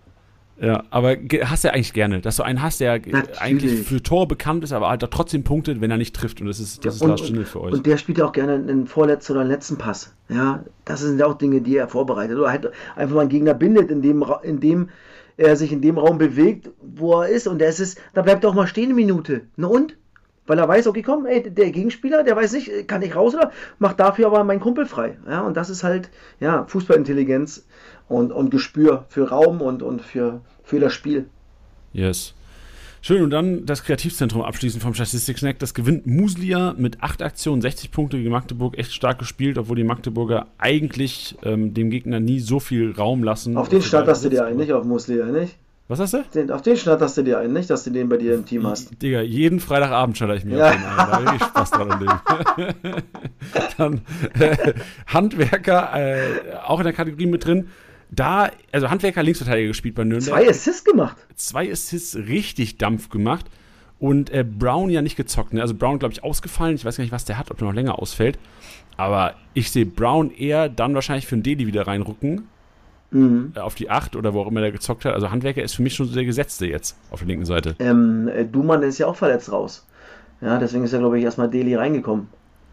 Ja, aber hast du ja eigentlich gerne, dass du einen hast, der eigentlich für Tore bekannt ist, aber halt trotzdem punktet, wenn er nicht trifft. Und das ist Lars Stindl für euch. Und der spielt ja auch gerne einen vorletzten oder einen letzten Pass. Ja, das sind ja auch Dinge, die er vorbereitet. Oder halt einfach mal einen Gegner bindet, indem er sich in dem Raum bewegt, wo er ist. Und da bleibt er auch mal stehen eine Minute. Na und? Weil er weiß, okay, komm, ey, der Gegenspieler, der weiß nicht, kann ich raus oder macht dafür aber meinen Kumpel frei. Ja, und das ist halt, ja, Fußballintelligenz und Gespür für Raum und für das Spiel. Yes. Schön, und dann das Kreativzentrum abschließend vom Statistik-Snack. Das gewinnt Muslia mit 8 Aktionen, 60 Punkte gegen Magdeburg. Echt stark gespielt, obwohl die Magdeburger eigentlich dem Gegner nie so viel Raum lassen. Auf den starterst du dir ein, nicht auf Muslia, nicht? Was hast du? Auf den starterst du dir ein, nicht, dass du den bei dir im Team hast. Digga, jeden Freitagabend starter ich mir auf den ein. Da habe ich Spaß dran an dem. Dann Handwerker, auch in der Kategorie mit drin. Da, also Handwerker Linksverteidiger gespielt bei Nürnberg. 2 Assists gemacht. 2 Assists, richtig Dampf gemacht. Und Brown ja nicht gezockt. Ne? Also Brown, glaube ich, ausgefallen. Ich weiß gar nicht, was der hat, ob der noch länger ausfällt. Aber ich sehe Brown eher dann wahrscheinlich für einen Deli wieder reinrücken. Auf die 8 oder wo auch immer der gezockt hat. Also Handwerker ist für mich schon so der Gesetzte jetzt auf der linken Seite. Dumann ist ja auch verletzt raus. Ja, deswegen ist ja, glaube ich, erstmal Deli reingekommen.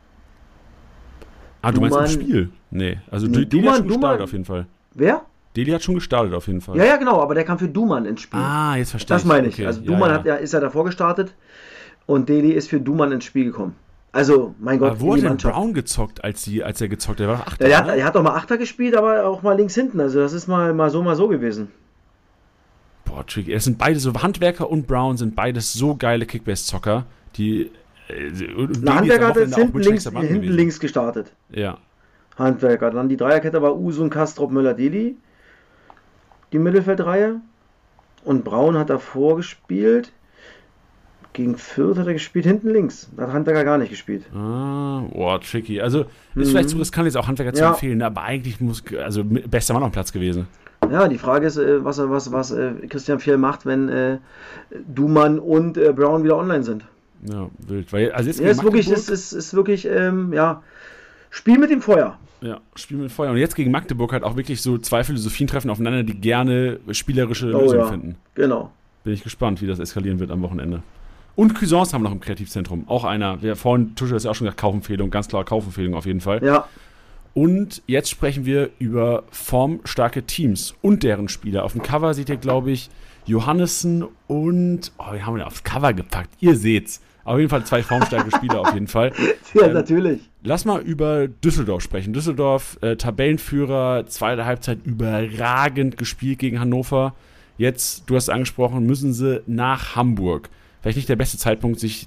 Du meinst im Spiel? Nee, also Deli hat schon gestartet auf jeden Fall. Wer? Deli hat schon gestartet auf jeden Fall. Ja, genau, aber der kam für Dumann ins Spiel. Ah, jetzt verstehe ich. Das meine ich. Okay. Also Dumann ist ja davor gestartet und Deli ist für Dumann ins Spiel gekommen. Also, mein Gott, aber wo hat denn Brown gezockt, als er gezockt hat? Der war doch Achter. Er hat doch mal Achter gespielt, aber auch mal links hinten. Also das ist mal so gewesen. Boah, tricky. Es sind beide so, Handwerker und Brown sind beides so geile Kickbase-Zocker, die Handwerker hat jetzt hinten links gestartet. Ja. Handwerker. Dann die Dreierkette war Usun, Kastrop, Möller, Deli. Die Mittelfeldreihe. Und Braun hat davor gespielt. Gegen Fürth hat er gespielt, hinten links. Da hat Handwerker gar nicht gespielt. Boah, tricky. Also, ist vielleicht so riskant, jetzt auch Handwerker zu empfehlen, aber eigentlich bester Mann am Platz gewesen. Ja, die Frage ist, was Christian Fjell macht, wenn Dumann und Brown wieder online sind. Ja, wild. Weil, also jetzt ist wirklich, Spiel mit dem Feuer. Ja, Spiel mit Feuer. Und jetzt gegen Magdeburg halt auch wirklich so 2 Philosophien treffen aufeinander, die gerne spielerische Lösungen finden. Genau. Bin ich gespannt, wie das eskalieren wird am Wochenende. Und Cuisance haben wir noch im Kreativzentrum. Auch einer. Vorhin Tusche ist ja auch schon gesagt, Kaufempfehlung. Ganz klar Kaufempfehlung auf jeden Fall. Ja. Und jetzt sprechen wir über formstarke Teams und deren Spieler. Auf dem Cover seht ihr, glaube ich, Johannessen und... wir haben ihn aufs Cover gepackt. Ihr seht's. Auf jeden Fall 2 formstarke Spieler auf jeden Fall. Ja, natürlich. Lass mal über Düsseldorf sprechen. Düsseldorf, Tabellenführer, zweite Halbzeit überragend gespielt gegen Hannover. Jetzt, du hast es angesprochen, müssen sie nach Hamburg. Vielleicht nicht der beste Zeitpunkt, sich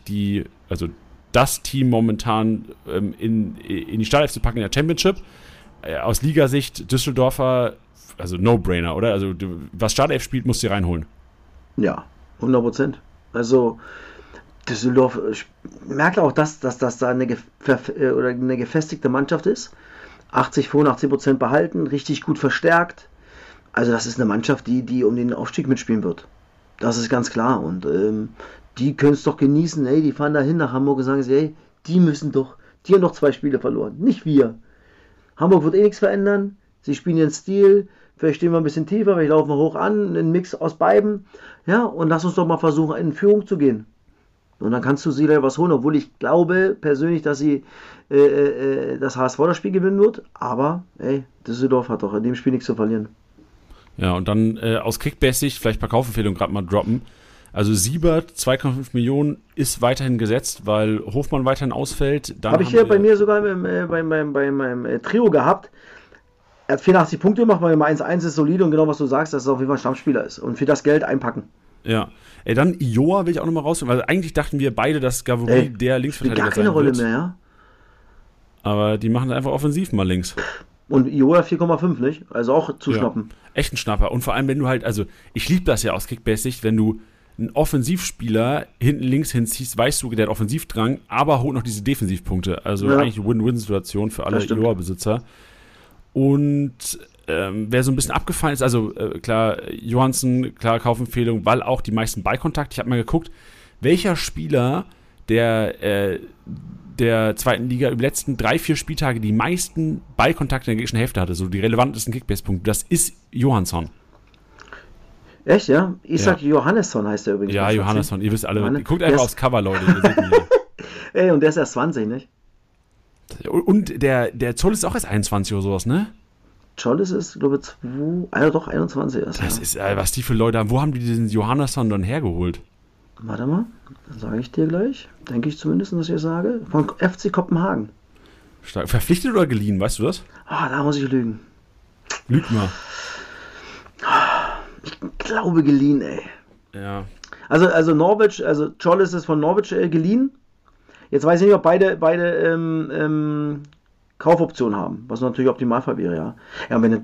das Team momentan in die Startelf zu packen in der Championship. Aus Ligasicht Düsseldorfer, also No-Brainer, oder? Also was Startelf spielt, musst du reinholen. Ja, 100%. Also Düsseldorf merkt auch, dass da eine gefestigte Mannschaft ist. 85% behalten, richtig gut verstärkt. Also das ist eine Mannschaft, die um den Aufstieg mitspielen wird. Das ist ganz klar. Und die können es doch genießen. Ey, die fahren da hin nach Hamburg und sagen sich, ey, die haben doch 2 Spiele verloren. Nicht wir. Hamburg wird nichts verändern. Sie spielen ihren Stil. Vielleicht stehen wir ein bisschen tiefer, vielleicht laufen wir hoch an. Ein Mix aus beiden. Ja, und lass uns doch mal versuchen, in Führung zu gehen. Und dann kannst du sie da was holen, obwohl ich glaube persönlich, dass sie das HSV das Spiel gewinnen wird. Aber, ey, Düsseldorf hat doch in dem Spiel nichts zu verlieren. Ja, und dann aus Kickbase-Sicht vielleicht ein paar Kaufempfehlungen gerade mal droppen. Also Siebert, 2,5 Millionen, ist weiterhin gesetzt, weil Hofmann weiterhin ausfällt. Habe ich hier bei mir sogar bei meinem Trio gehabt. Er hat 84 Punkte gemacht, weil 1-1 ist solide und genau was du sagst, dass er auf jeden Fall Stammspieler ist. Und für das Geld einpacken. Ja. Dann Ioa will ich auch nochmal rausfinden, weil eigentlich dachten wir beide, dass Gavouri der Linksverteidiger sein wird. Gar keine Rolle mehr, ja. Aber die machen einfach offensiv mal links. Und Ioa 4,5, nicht? Also auch zu schnappen. Echt ein Schnapper. Und vor allem, wenn du halt, also ich liebe das ja aus Kickbase-Sicht, wenn du einen Offensivspieler hinten links hinziehst, weißt du, der hat Offensivdrang, aber holt noch diese Defensivpunkte. Also eigentlich eine Win-Win-Situation für alle Ioa-Besitzer. Und wer so ein bisschen abgefallen ist, also klar, Johansen, klar, Kaufempfehlung, weil auch die meisten Ballkontakte. Ich habe mal geguckt, welcher Spieler der zweiten Liga über die letzten 3-4 Spieltage die meisten Ballkontakte in der gegnerischen Hälfte hatte, so die relevantesten Kickbase-Punkte, das ist Johansson. Echt, ja? Isaac Johannesson heißt der übrigens. Ja, Johannesson, ihr wisst alle. Guckt einfach aufs Cover, Leute. Ihr seht ihn hier. Ey, und der ist erst 20, nicht? Und der Zoll ist auch erst 21 oder sowas, ne? Chollis ist, glaube ich, 21 erst. Das ist, was die für Leute haben. Wo haben die diesen Johannesson dann hergeholt? Warte mal, dann sage ich dir gleich. Denke ich zumindest, dass ich sage. Von FC Kopenhagen. Stark. Verpflichtet oder geliehen, weißt du das? Da muss ich lügen. Lüg mal. Ich glaube geliehen, ey. Ja. Also Norwich, also Chollis ist von Norwich geliehen. Jetzt weiß ich nicht, ob beide Kaufoptionen haben, was natürlich Optimalfall wäre, ja. Ja, wenn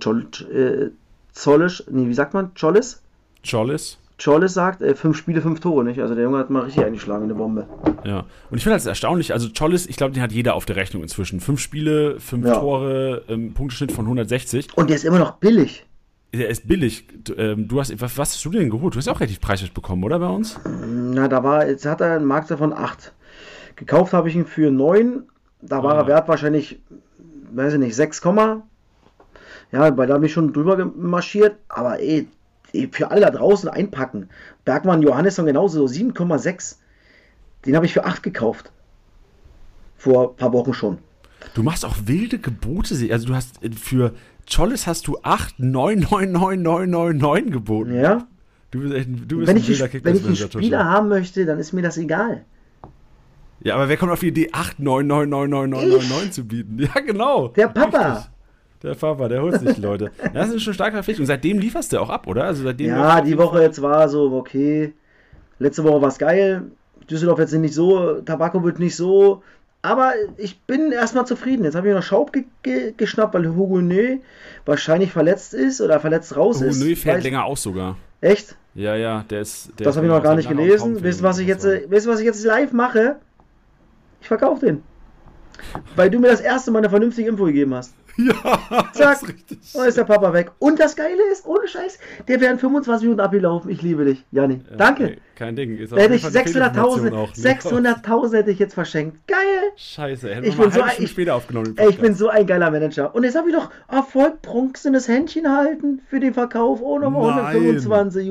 Chollis sagt, 5 Spiele, 5 Tore, nicht? Also der Junge hat mal richtig eingeschlagen, eine Bombe. Ja, und ich finde das erstaunlich, also Chollis, ich glaube, den hat jeder auf der Rechnung inzwischen. 5 Spiele, 5 Tore, Punkteschnitt von 160. Und der ist immer noch billig. Der ist billig. Was hast du denn geholt? Du hast ja auch relativ preiswert bekommen, oder, bei uns? Na, jetzt hat er einen Marktwert von 8. Gekauft habe ich ihn für 9. Da war er wert wahrscheinlich, weiß ich nicht, 6, ja, weil da bin ich schon drüber marschiert. Aber für alle da draußen einpacken. Bergmann Johannesson genauso, 7,6. Den habe ich für 8 gekauft. Vor ein paar Wochen schon. Du machst auch wilde Gebote. Also du hast für Chollis hast du 8, 9, 9, 9, 9, 9, 9 geboten. Ja. Du bist wenn ich einen Spieler haben möchte, dann ist mir das egal. Ja, aber wer kommt auf die Idee, 8, 9, 9, 9, 9, 9, 9, 9 zu bieten? Ja, genau. Der Papa. Richtig. Der Papa, der holt sich die Leute. Ja, das ist schon starke Verpflichtung. Seitdem lieferst du auch ab, oder? Also seitdem die Woche jetzt war so, okay. Letzte Woche war es geil. Düsseldorf jetzt nicht so, Tabako wird nicht so. Aber ich bin erstmal zufrieden. Jetzt habe ich noch Schaub geschnappt, weil Hugo Nö wahrscheinlich verletzt ist oder verletzt raus ist. Hugo Nö fällt länger aus sogar. Echt? Ja, der ist... Das habe ich noch gar nicht gelesen. Wisst ihr, was ich jetzt live mache? Ich verkaufe den. Weil du mir das erste Mal eine vernünftige Info gegeben hast. Ja, zack, das ist richtig. Und ist der Papa weg. Und das Geile ist, ohne Scheiß, der wäre in 25 Minuten abgelaufen. Ich liebe dich, Janni. Danke. Okay, kein Ding. Da hätte ich 600.000 hätte ich jetzt verschenkt. Geil. Scheiße, hätte ich mal später aufgenommen. Ich bin so ein geiler Manager. Und jetzt habe ich doch Erfolg prunksendes Händchen halten für den Verkauf. Oh, nochmal 125.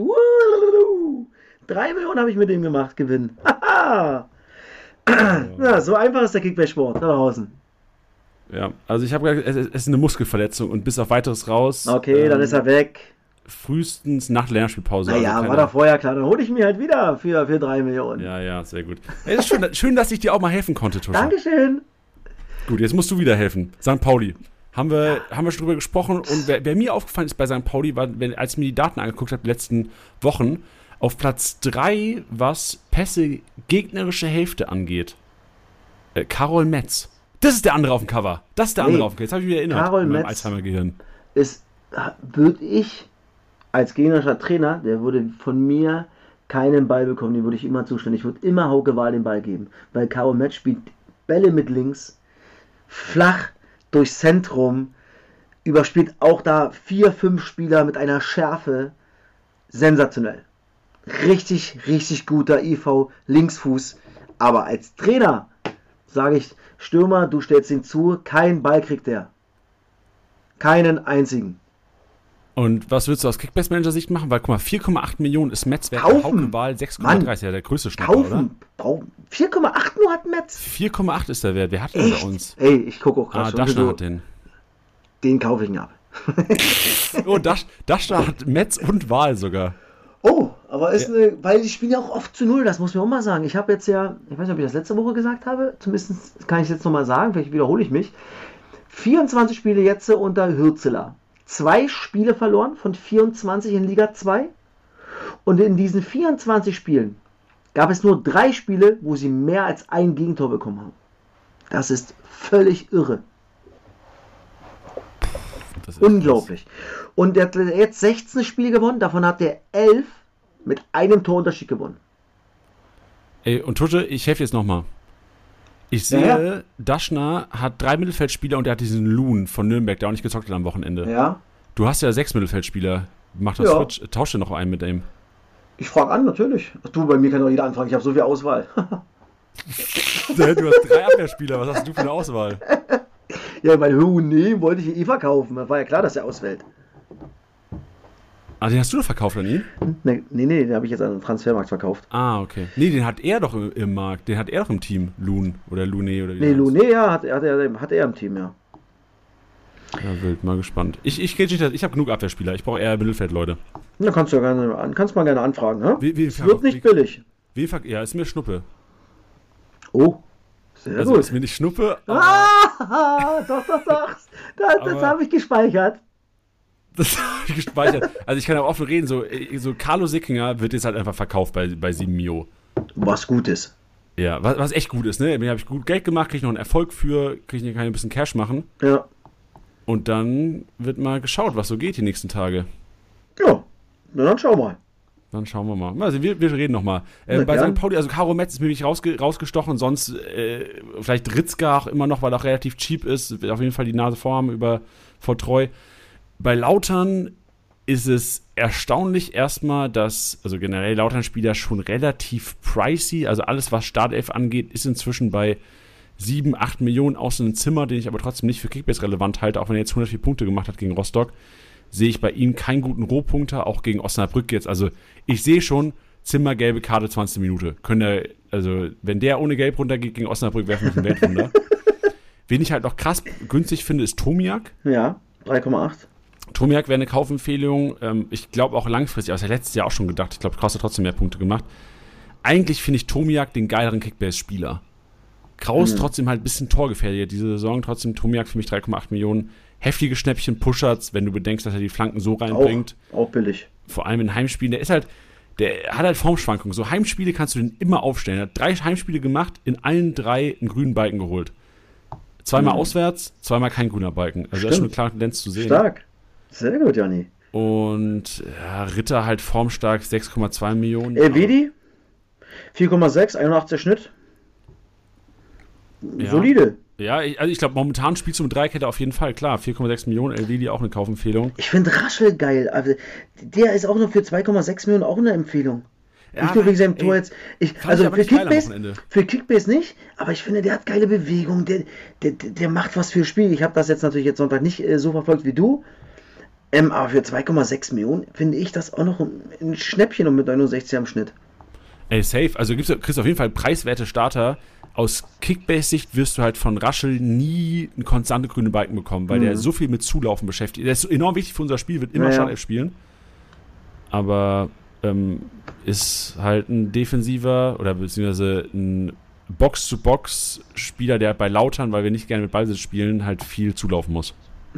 3 Millionen habe ich mit dem gemacht, Gewinn. Haha. Ja, so einfach ist der Kickback-Sport da draußen. Ja, also ich habe gesagt, es ist eine Muskelverletzung und bis auf weiteres raus. Okay, dann ist er weg. Frühestens nach der Länderspielpause. Naja, also war doch vorher klar. Dann hole ich mir halt wieder für 3 Millionen. Ja, sehr gut. Es ist schön, dass ich dir auch mal helfen konnte, Tusche. Dankeschön. Gut, jetzt musst du wieder helfen. St. Pauli. Haben wir schon drüber gesprochen. Und wer mir aufgefallen ist bei St. Pauli, war, als ich mir die Daten angeguckt habe, die letzten Wochen, auf Platz 3, was Pässe gegnerische Hälfte angeht. Karol Metz. Das ist der andere auf dem Cover. Jetzt habe ich mich wieder erinnert. Karol Metz Alzheimer-Gehirn. Würde ich als gegnerischer Trainer, der würde von mir keinen Ball bekommen, den würde ich immer zustellen. Ich würde immer Hauke Wahl den Ball geben. Weil Karol Metz spielt Bälle mit links, flach durchs Zentrum, überspielt auch da 4, 5 Spieler mit einer Schärfe. Sensationell. Richtig, richtig guter IV, Linksfuß. Aber als Trainer sage ich, Stürmer, du stellst ihn zu, keinen Ball kriegt er. Keinen einzigen. Und was würdest du aus Kickbase-Manager-Sicht machen? Weil, guck mal, 4,8 Millionen ist Metz wert. Kaufen. Wahl 6,3 ja der größte Schnapper, kaufen. Oder? 4,8 nur hat Metz. 4,8 ist der Wert. Wer hat den bei uns? Ey, ich gucke auch gerade schon. Daschner hat den. Den kaufe ich ihn ab. Oh, Daschner hat Metz und Wahl sogar. Oh, aber weil die spielen ja auch oft zu 0, das muss man auch mal sagen. Ich habe jetzt ja, ich weiß nicht, ob ich das letzte Woche gesagt habe, zumindest kann ich es jetzt nochmal sagen, vielleicht wiederhole ich mich. 24 Spiele jetzt unter Hürzeler. 2 Spiele verloren von 24 in Liga 2. Und in diesen 24 Spielen gab es nur 3 Spiele, wo sie mehr als ein Gegentor bekommen haben. Das ist völlig irre. Das ist unglaublich. Krass. Und der hat jetzt 16 Spiele gewonnen, davon hat er 11 mit einem Torunterschied gewonnen. Ey, und Tusche, ich helfe jetzt nochmal. Ich sehe, Daschner hat 3 Mittelfeldspieler und er hat diesen Loon von Nürnberg, der auch nicht gezockt hat am Wochenende. Ja. Du hast ja 6 Mittelfeldspieler. Mach das Switch, tausch dir noch einen mit dem. Ich frage an, natürlich. Du, bei mir kann doch jeder anfragen, ich habe so viel Auswahl. Du hast 3 Abwehrspieler, was hast du für eine Auswahl? Ja, weil wollte ich Eva kaufen. Da war ja klar, dass er ausfällt. Ah, den hast du doch verkauft an ihn? Nee, den habe ich jetzt an den Transfermarkt verkauft. Ah, okay. Nee, den hat er doch im Markt. Den hat er doch im Team. Loon oder Lune oder wie. Nee, Lune, ja, hat er im Team, ja. Ja, wild, mal gespannt. Ich habe genug Abwehrspieler. Ich brauche eher Mittelfeld, Leute. Da kannst du mal gerne anfragen, ne? Es wird nicht billig. Ja, ist mir Schnuppe. Oh, sehr also gut. Ist mir nicht Schnuppe. Doch. Das habe ich gespeichert. Das habe ich gespeichert. Also ich kann auch offen reden, so Carlo Sickinger wird jetzt halt einfach verkauft bei 7 Mio. Was gut ist. Ja, was echt gut ist, ne? Mir habe ich gut Geld gemacht, kriege ich noch einen Erfolg für, kann ich ein bisschen Cash machen. Ja. Und dann wird mal geschaut, was so geht die nächsten Tage. Ja, na dann schau mal. Dann schauen wir mal. Also wir reden nochmal. Bei St. Pauli, also Caro Metz ist mir nicht rausgestochen, sonst vielleicht Ritzka auch immer noch, weil er auch relativ cheap ist, wird auf jeden Fall die Nase vorhaben vor Treu. Bei Lautern ist es erstaunlich erstmal, dass, also generell Lautern-Spieler schon relativ pricey, also alles, was Startelf angeht, ist inzwischen bei 7, 8 Millionen aus einem Zimmer, den ich aber trotzdem nicht für Kickbase relevant halte, auch wenn er jetzt 104 Punkte gemacht hat gegen Rostock, sehe ich bei ihm keinen guten Rohpunkter, auch gegen Osnabrück jetzt. Also ich sehe schon, Zimmer, gelbe Karte, 20 Minuten. Also wenn der ohne Gelb runtergeht gegen Osnabrück, wäre für mich ein Weltwunder. Wen ich halt noch krass günstig finde, ist Tomiak. Ja, 3,8. Tomiak wäre eine Kaufempfehlung. Ich glaube auch langfristig, aber das hat letztes Jahr auch schon gedacht. Ich glaube, Kraus hat trotzdem mehr Punkte gemacht. Eigentlich finde ich Tomiak den geileren Kickbase-Spieler. Kraus trotzdem halt ein bisschen torgefährlicher diese Saison. Trotzdem Tomiak für mich 3,8 Millionen. Heftige Schnäppchen, Pusherts, wenn du bedenkst, dass er die Flanken so reinbringt. Auch billig. Vor allem in Heimspielen. Der hat halt Formschwankungen. So Heimspiele kannst du den immer aufstellen. Er hat 3 Heimspiele gemacht, in allen 3 einen grünen Balken geholt. 2-mal auswärts, 2-mal kein grüner Balken. Also das ist schon eine klare Tendenz zu sehen. Stark. Sehr gut, Janni. Und ja, Ritter halt formstark, 6,2 Millionen. Elvedi, 4,6, 81 Schnitt. Ja. Solide. Ja, ich glaube, momentan spielst du mit Dreikette auf jeden Fall, klar. 4,6 Millionen, Elvedi auch eine Kaufempfehlung. Ich finde Raschel geil. Also, der ist auch noch für 2,6 Millionen auch eine Empfehlung. Ja, nicht nur wegen seinem Tor jetzt. Also für Kickbase nicht, aber ich finde, der hat geile Bewegung. Der macht was für Spiel. Ich habe das jetzt natürlich Sonntag nicht so verfolgt wie du. Aber für 2,6 Millionen finde ich das auch noch ein Schnäppchen und mit 69 am Schnitt. Ey, safe. Also kriegst du auf jeden Fall preiswerte Starter. Aus Kickbase-Sicht wirst du halt von Raschel nie einen konstante grüne Balken bekommen, weil der so viel mit Zulaufen beschäftigt. Der ist enorm wichtig für unser Spiel, wird immer Startelf spielen. Aber ist halt ein defensiver oder beziehungsweise ein Box-zu-Box-Spieler, der bei Lautern, weil wir nicht gerne mit Ballsitz spielen, halt viel zulaufen muss.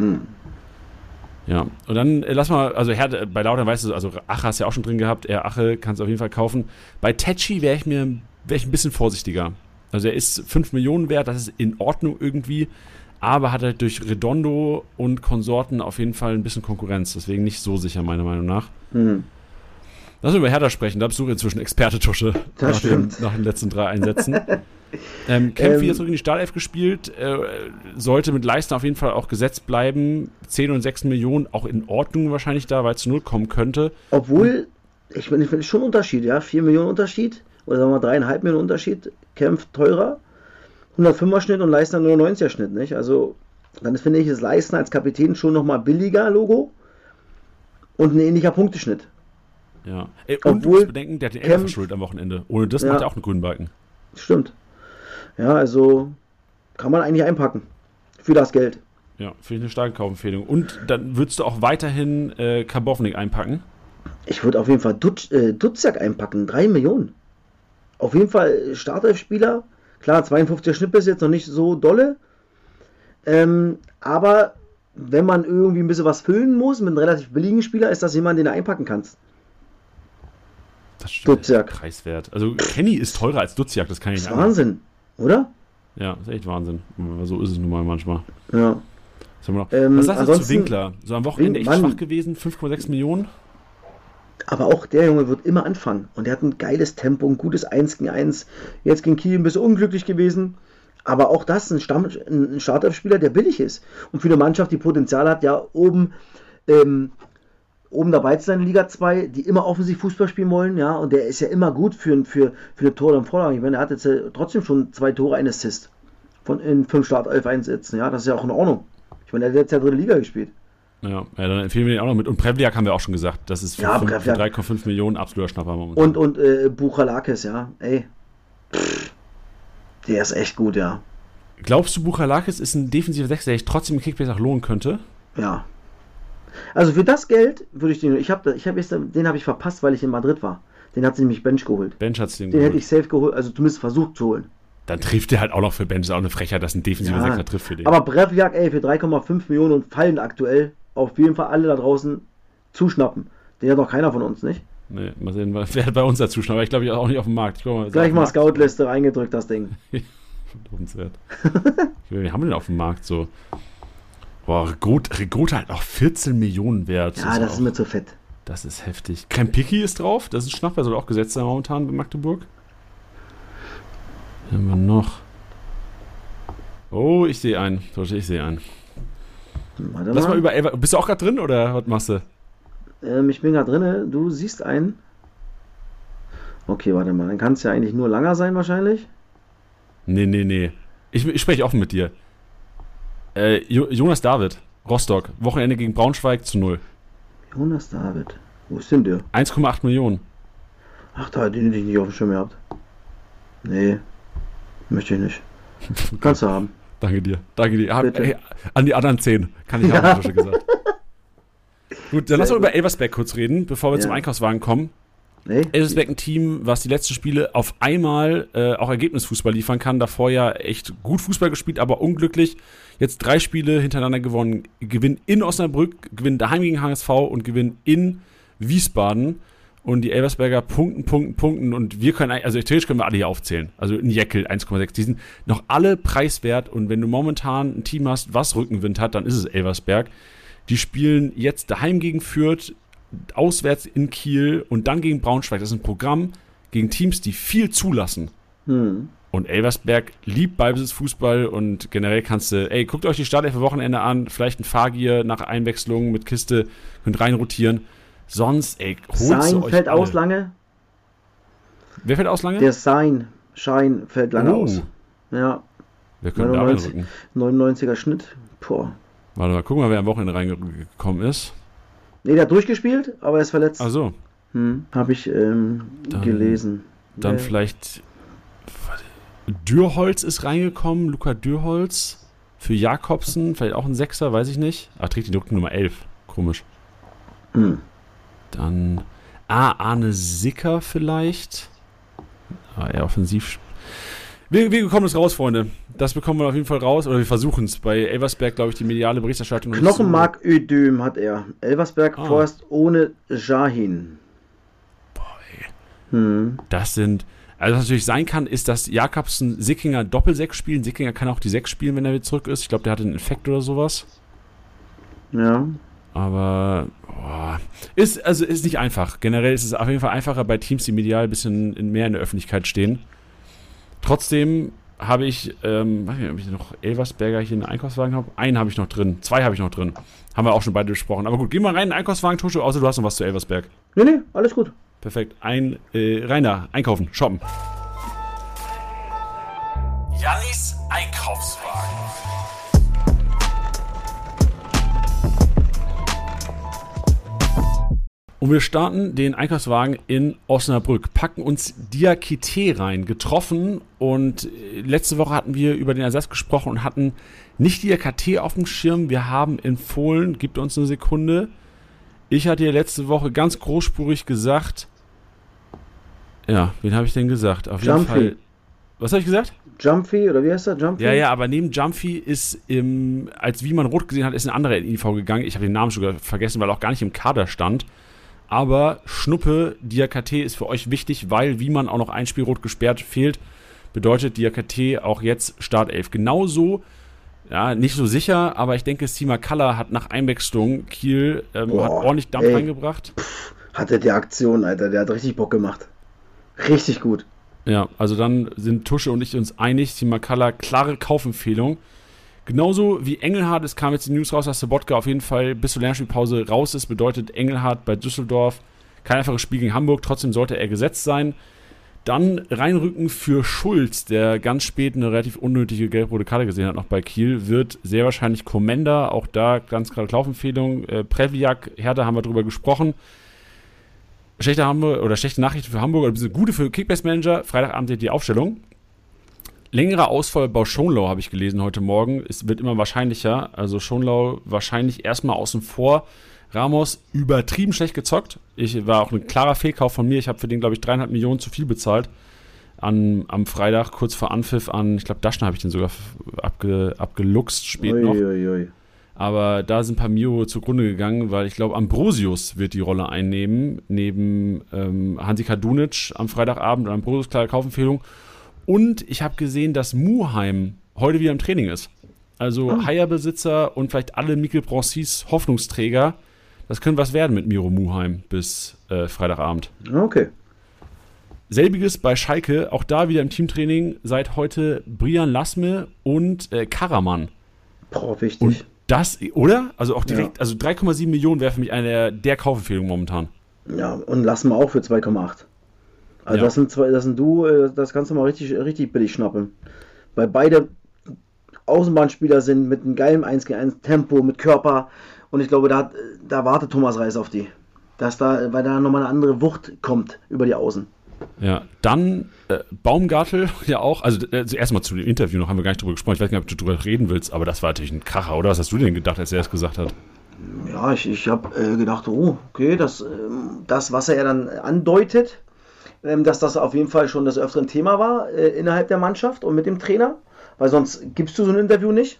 Ja, und dann lass mal, also bei Lautern weißt du, also Ache hast du ja auch schon drin gehabt, Ache kannst du auf jeden Fall kaufen. Bei Tetschi wäre ich ein bisschen vorsichtiger. Also er ist 5 Millionen wert, das ist in Ordnung irgendwie, aber hat halt durch Redondo und Konsorten auf jeden Fall ein bisschen Konkurrenz, deswegen nicht so sicher, meiner Meinung nach. Lass uns über Hertha sprechen, da bist du inzwischen Experte, Tusche. Das stimmt. Nach den letzten 3 Einsätzen. Kempf wieder zurück in die Startelf gespielt, sollte mit Leistner auf jeden Fall auch gesetzt bleiben. 10 und 6 Millionen, auch in Ordnung wahrscheinlich da, weil es zu 0 kommen könnte. Obwohl, ich finde schon ein Unterschied, ja, 4 Millionen Unterschied, oder sagen wir mal 3,5 Millionen Unterschied, Kempf teurer, 105er Schnitt und Leistner nur 90er Schnitt, nicht? Also, dann finde ich, ist Leistner als Kapitän schon nochmal billiger Logo und ein ähnlicher Punkteschnitt. Ja, und du musst bedenken, der hat den Elfer verschuldet am Wochenende. Ohne das macht er auch einen grünen Balken. Stimmt. Ja, also kann man eigentlich einpacken. Für das Geld. Ja, finde ich eine starke Kaufempfehlung. Und dann würdest du auch weiterhin Karbovnik einpacken? Ich würde auf jeden Fall Duziak einpacken. 3 Millionen. Auf jeden Fall Startelf-Spieler. Klar, 52er Schnitt ist jetzt noch nicht so dolle. Aber wenn man irgendwie ein bisschen was füllen muss mit einem relativ billigen Spieler, ist das jemand, den du einpacken kannst. Das stimmt. Duziak. Preiswert. Also Kenny ist teurer als Duziak, das kann ich nicht sagen. Wahnsinn, oder? Ja, ist echt Wahnsinn. So ist es nun mal manchmal. Ja. Was sagst du zu Winkler? So am Wochenende echt schwach gewesen, 5,6 Millionen. Aber auch der Junge wird immer anfangen. Und der hat ein geiles Tempo, ein gutes 1 gegen 1. Jetzt gegen Kiel ein bisschen unglücklich gewesen. Aber auch das ist ein Startelf-Spieler, der billig ist. Und für eine Mannschaft, die Potenzial hat, ja oben dabei zu sein in Liga 2, die immer offensiv Fußball spielen wollen. Ja, und der ist ja immer gut für eine Tor- und Vorlage. Ich meine, er hat jetzt trotzdem schon 2 Tore, ein Assist in 5 Startelf-Einsätzen. Ja, das ist ja auch in Ordnung. Ich meine, der hat jetzt ja 3. Liga gespielt. Ja, dann empfehlen wir den auch noch mit. Und Prevliak haben wir auch schon gesagt. Das ist für 3,5 Millionen absoluter Schnapper momentan. Und Buchalakis, ja. Ey. Der ist echt gut, ja. Glaubst du, Buchalakis ist ein defensiver Sechser, der sich trotzdem im Kickbase auch lohnen könnte? Ja. Also für das Geld würde ich den. Den habe ich verpasst, weil ich in Madrid war. Den hat sie nämlich Bench geholt. Bench hat den geholt. Den hätte ich safe geholt, also zumindest versucht zu holen. Dann trifft der halt auch noch für Bench. Das ist auch eine Frechheit, dass ein defensiver Sechser trifft für den. Aber Brevjak, für 3,5 Millionen und fallen aktuell auf jeden Fall alle da draußen zuschnappen. Den hat doch keiner von uns, nicht? Nee, mal sehen, wer bei uns dazu schnappen. Aber ich glaube, auch nicht auf dem Markt. Gleich mal Scout-Liste reingedrückt, das Ding. Wir haben den auf dem Markt so. Boah, Rigotta halt auch 14 Millionen wert. Ja, das ist mir zu fett. Das ist heftig. Krempicki ist drauf. Das ist ein Schnapper, soll auch gesetzt sein momentan bei Magdeburg. Was haben wir noch? Oh, ich sehe einen. Ich sehe einen. Lass mal über Elversberg. Bist du auch gerade drin oder was machst du? Ich bin gerade drin. Du siehst einen. Okay, warte mal. Dann kann es ja eigentlich nur Langer sein wahrscheinlich. Nee. Ich spreche offen mit dir. Jonas David, Rostock. Wochenende gegen Braunschweig 0. Jonas David. Wo ist denn der? 1,8 Millionen. Ach, da hätte ich nicht auf dem Schirm gehabt. Nee. Möchte ich nicht. Kannst du haben. Danke dir. An die anderen 10. Kann ich haben, hast du schon gesagt. Gut, dann lass uns über Elversberg kurz reden, bevor wir zum Einkaufswagen kommen. Nee. Elversberg ein Team, was die letzten Spiele auf einmal auch Ergebnisfußball liefern kann. Davor ja echt gut Fußball gespielt, aber unglücklich. Jetzt 3 Spiele hintereinander gewonnen. Gewinn in Osnabrück, Gewinn daheim gegen HSV und Gewinn in Wiesbaden. Und die Elversberger punkten. Und wir können, also theoretisch können wir alle hier aufzählen. Also ein Jäckel 1,6. Die sind noch alle preiswert. Und wenn du momentan ein Team hast, was Rückenwind hat, dann ist es Elversberg. Die spielen jetzt daheim gegen Fürth, auswärts in Kiel und dann gegen Braunschweig. Das ist ein Programm gegen Teams, die viel zulassen. Und Elversberg liebt Ballbesitzfußball und generell kannst du, guckt euch die Startelf für Wochenende an, vielleicht ein Fahrgier nach Einwechslung mit Kiste, könnt reinrotieren. Sonst, holt sie euch fällt alle. Aus lange. Wer fällt aus lange? Der Schein fällt lange aus. Ja. Wir können da reinrücken. 99er Schnitt. Boah. Warte mal, gucken wir, wer am Wochenende reingekommen ist. Nee, der hat durchgespielt, aber er ist verletzt. Ach so. Habe ich gelesen. Dann vielleicht Dürholz ist reingekommen, Luca Dürholz für Jakobsen, vielleicht auch ein Sechser, weiß ich nicht. Trägt die Nummer 11, komisch. Dann Arne Sicker vielleicht. Eher offensiv. Wir bekommen es raus, Freunde. Das bekommen wir auf jeden Fall raus. Oder wir versuchen es. Bei Elversberg, glaube ich, die mediale Berichterstattung. Knochenmarködem hat er. Elversberg vorerst ohne Shahin. Boah, Das sind... Also was natürlich sein kann, ist, dass Jakobsen Sickinger Doppel-6 spielen. Sickinger kann auch die 6 spielen, wenn er wieder zurück ist. Ich glaube, der hatte einen Infekt oder sowas. Ja. Aber ist nicht einfach. Generell ist es auf jeden Fall einfacher bei Teams, die medial ein bisschen mehr in der Öffentlichkeit stehen. Trotzdem habe ich, weiß nicht, ob ich noch Elversberger hier in den Einkaufswagen habe. Einen habe ich noch drin. 2 habe ich noch drin. Haben wir auch schon beide besprochen. Aber gut, geh mal rein in den Einkaufswagen, Tusche, außer du hast noch was zu Elversberg. Nee, alles gut. Perfekt. Rein da, einkaufen, shoppen. Jannis Einkaufswagen. Und wir starten den Einkaufswagen in Osnabrück, packen uns Diakité rein, getroffen, und letzte Woche hatten wir über den Ersatz gesprochen und hatten nicht Diakité auf dem Schirm. Wir haben empfohlen, gibt uns eine Sekunde. Ich hatte ja letzte Woche ganz großspurig gesagt, wen habe ich denn gesagt? Auf jeden Fall. Was habe ich gesagt? Jumpy, oder wie heißt der? Jumpy? Ja, aber neben Jumpy ist, als Wiemann Rot gesehen hat, ist ein anderer in IV gegangen. Ich habe den Namen sogar vergessen, weil er auch gar nicht im Kader stand. Aber Schnuppe, Diakité ist für euch wichtig, weil Wiemann auch noch ein Spiel rot gesperrt fehlt. Bedeutet Diakité auch jetzt Startelf. Genauso, nicht so sicher, aber ich denke, Sima Kalla hat nach Einwechslung Kiel hat ordentlich Dampf reingebracht. Hatte der Aktion, Alter, der hat richtig Bock gemacht. Richtig gut. Ja, also dann sind Tusche und ich uns einig, Sima Kalla, klare Kaufempfehlung. Genauso wie Engelhardt, es kam jetzt die News raus, dass Sobotka auf jeden Fall bis zur Länderspielpause raus ist, bedeutet Engelhardt bei Düsseldorf kein einfaches Spiel gegen Hamburg, trotzdem sollte er gesetzt sein. Dann reinrücken für Schulz, der ganz spät eine relativ unnötige gelb-rote Karte gesehen hat, noch bei Kiel, wird sehr wahrscheinlich Komenda, auch da ganz klare Kaufempfehlung. Prevliak, Hertha haben wir drüber gesprochen. Schlechte Nachrichten für Hamburg, oder gute für Kickbase-Manager, Freitagabend die Aufstellung. Längerer Ausfall bei Schonlau habe ich gelesen heute Morgen. Es wird immer wahrscheinlicher. Also Schonlau wahrscheinlich erstmal außen vor. Ramos übertrieben schlecht gezockt. War auch ein klarer Fehlkauf von mir. Ich habe für den, glaube ich, 3,5 Millionen zu viel bezahlt. Am Freitag, kurz vor Anpfiff ich glaube, Daschner habe ich den sogar abgeluchst, spät noch. Aber da sind ein paar Mio zugrunde gegangen, weil ich glaube, Ambrosius wird die Rolle einnehmen, neben Hansi Kadunic am Freitagabend. Und Ambrosius, klare Kaufempfehlung. Und ich habe gesehen, dass Muheim heute wieder im Training ist. Also Haier-Besitzer und vielleicht alle Mikel Broncis Hoffnungsträger. Das könnte was werden mit Miro Muheim bis Freitagabend. Okay. Selbiges bei Schalke, auch da wieder im Teamtraining, seit heute Brian Lasme und Karaman. Boah, wichtig. Und das, oder? Also auch direkt, also 3,7 Millionen wäre für mich eine der Kaufempfehlungen momentan. Ja, und Lasme auch für 2,8. Also das kannst du mal richtig, richtig billig schnappen. Weil beide Außenbahnspieler sind mit einem geilen 1-gegen-1 Tempo, mit Körper. Und ich glaube, da wartet Thomas Reis auf die. Weil da nochmal eine andere Wucht kommt über die Außen. Ja, dann Baumgartel ja auch, also erstmal zu dem Interview noch, haben wir gar nicht drüber gesprochen, ich weiß nicht, ob du drüber reden willst, aber das war natürlich ein Kracher, oder? Was hast du denn gedacht, als er es gesagt hat? Ja, ich habe gedacht, okay, das, was er dann andeutet, dass das auf jeden Fall schon das öfteren Thema war innerhalb der Mannschaft und mit dem Trainer, weil sonst gibst du so ein Interview nicht.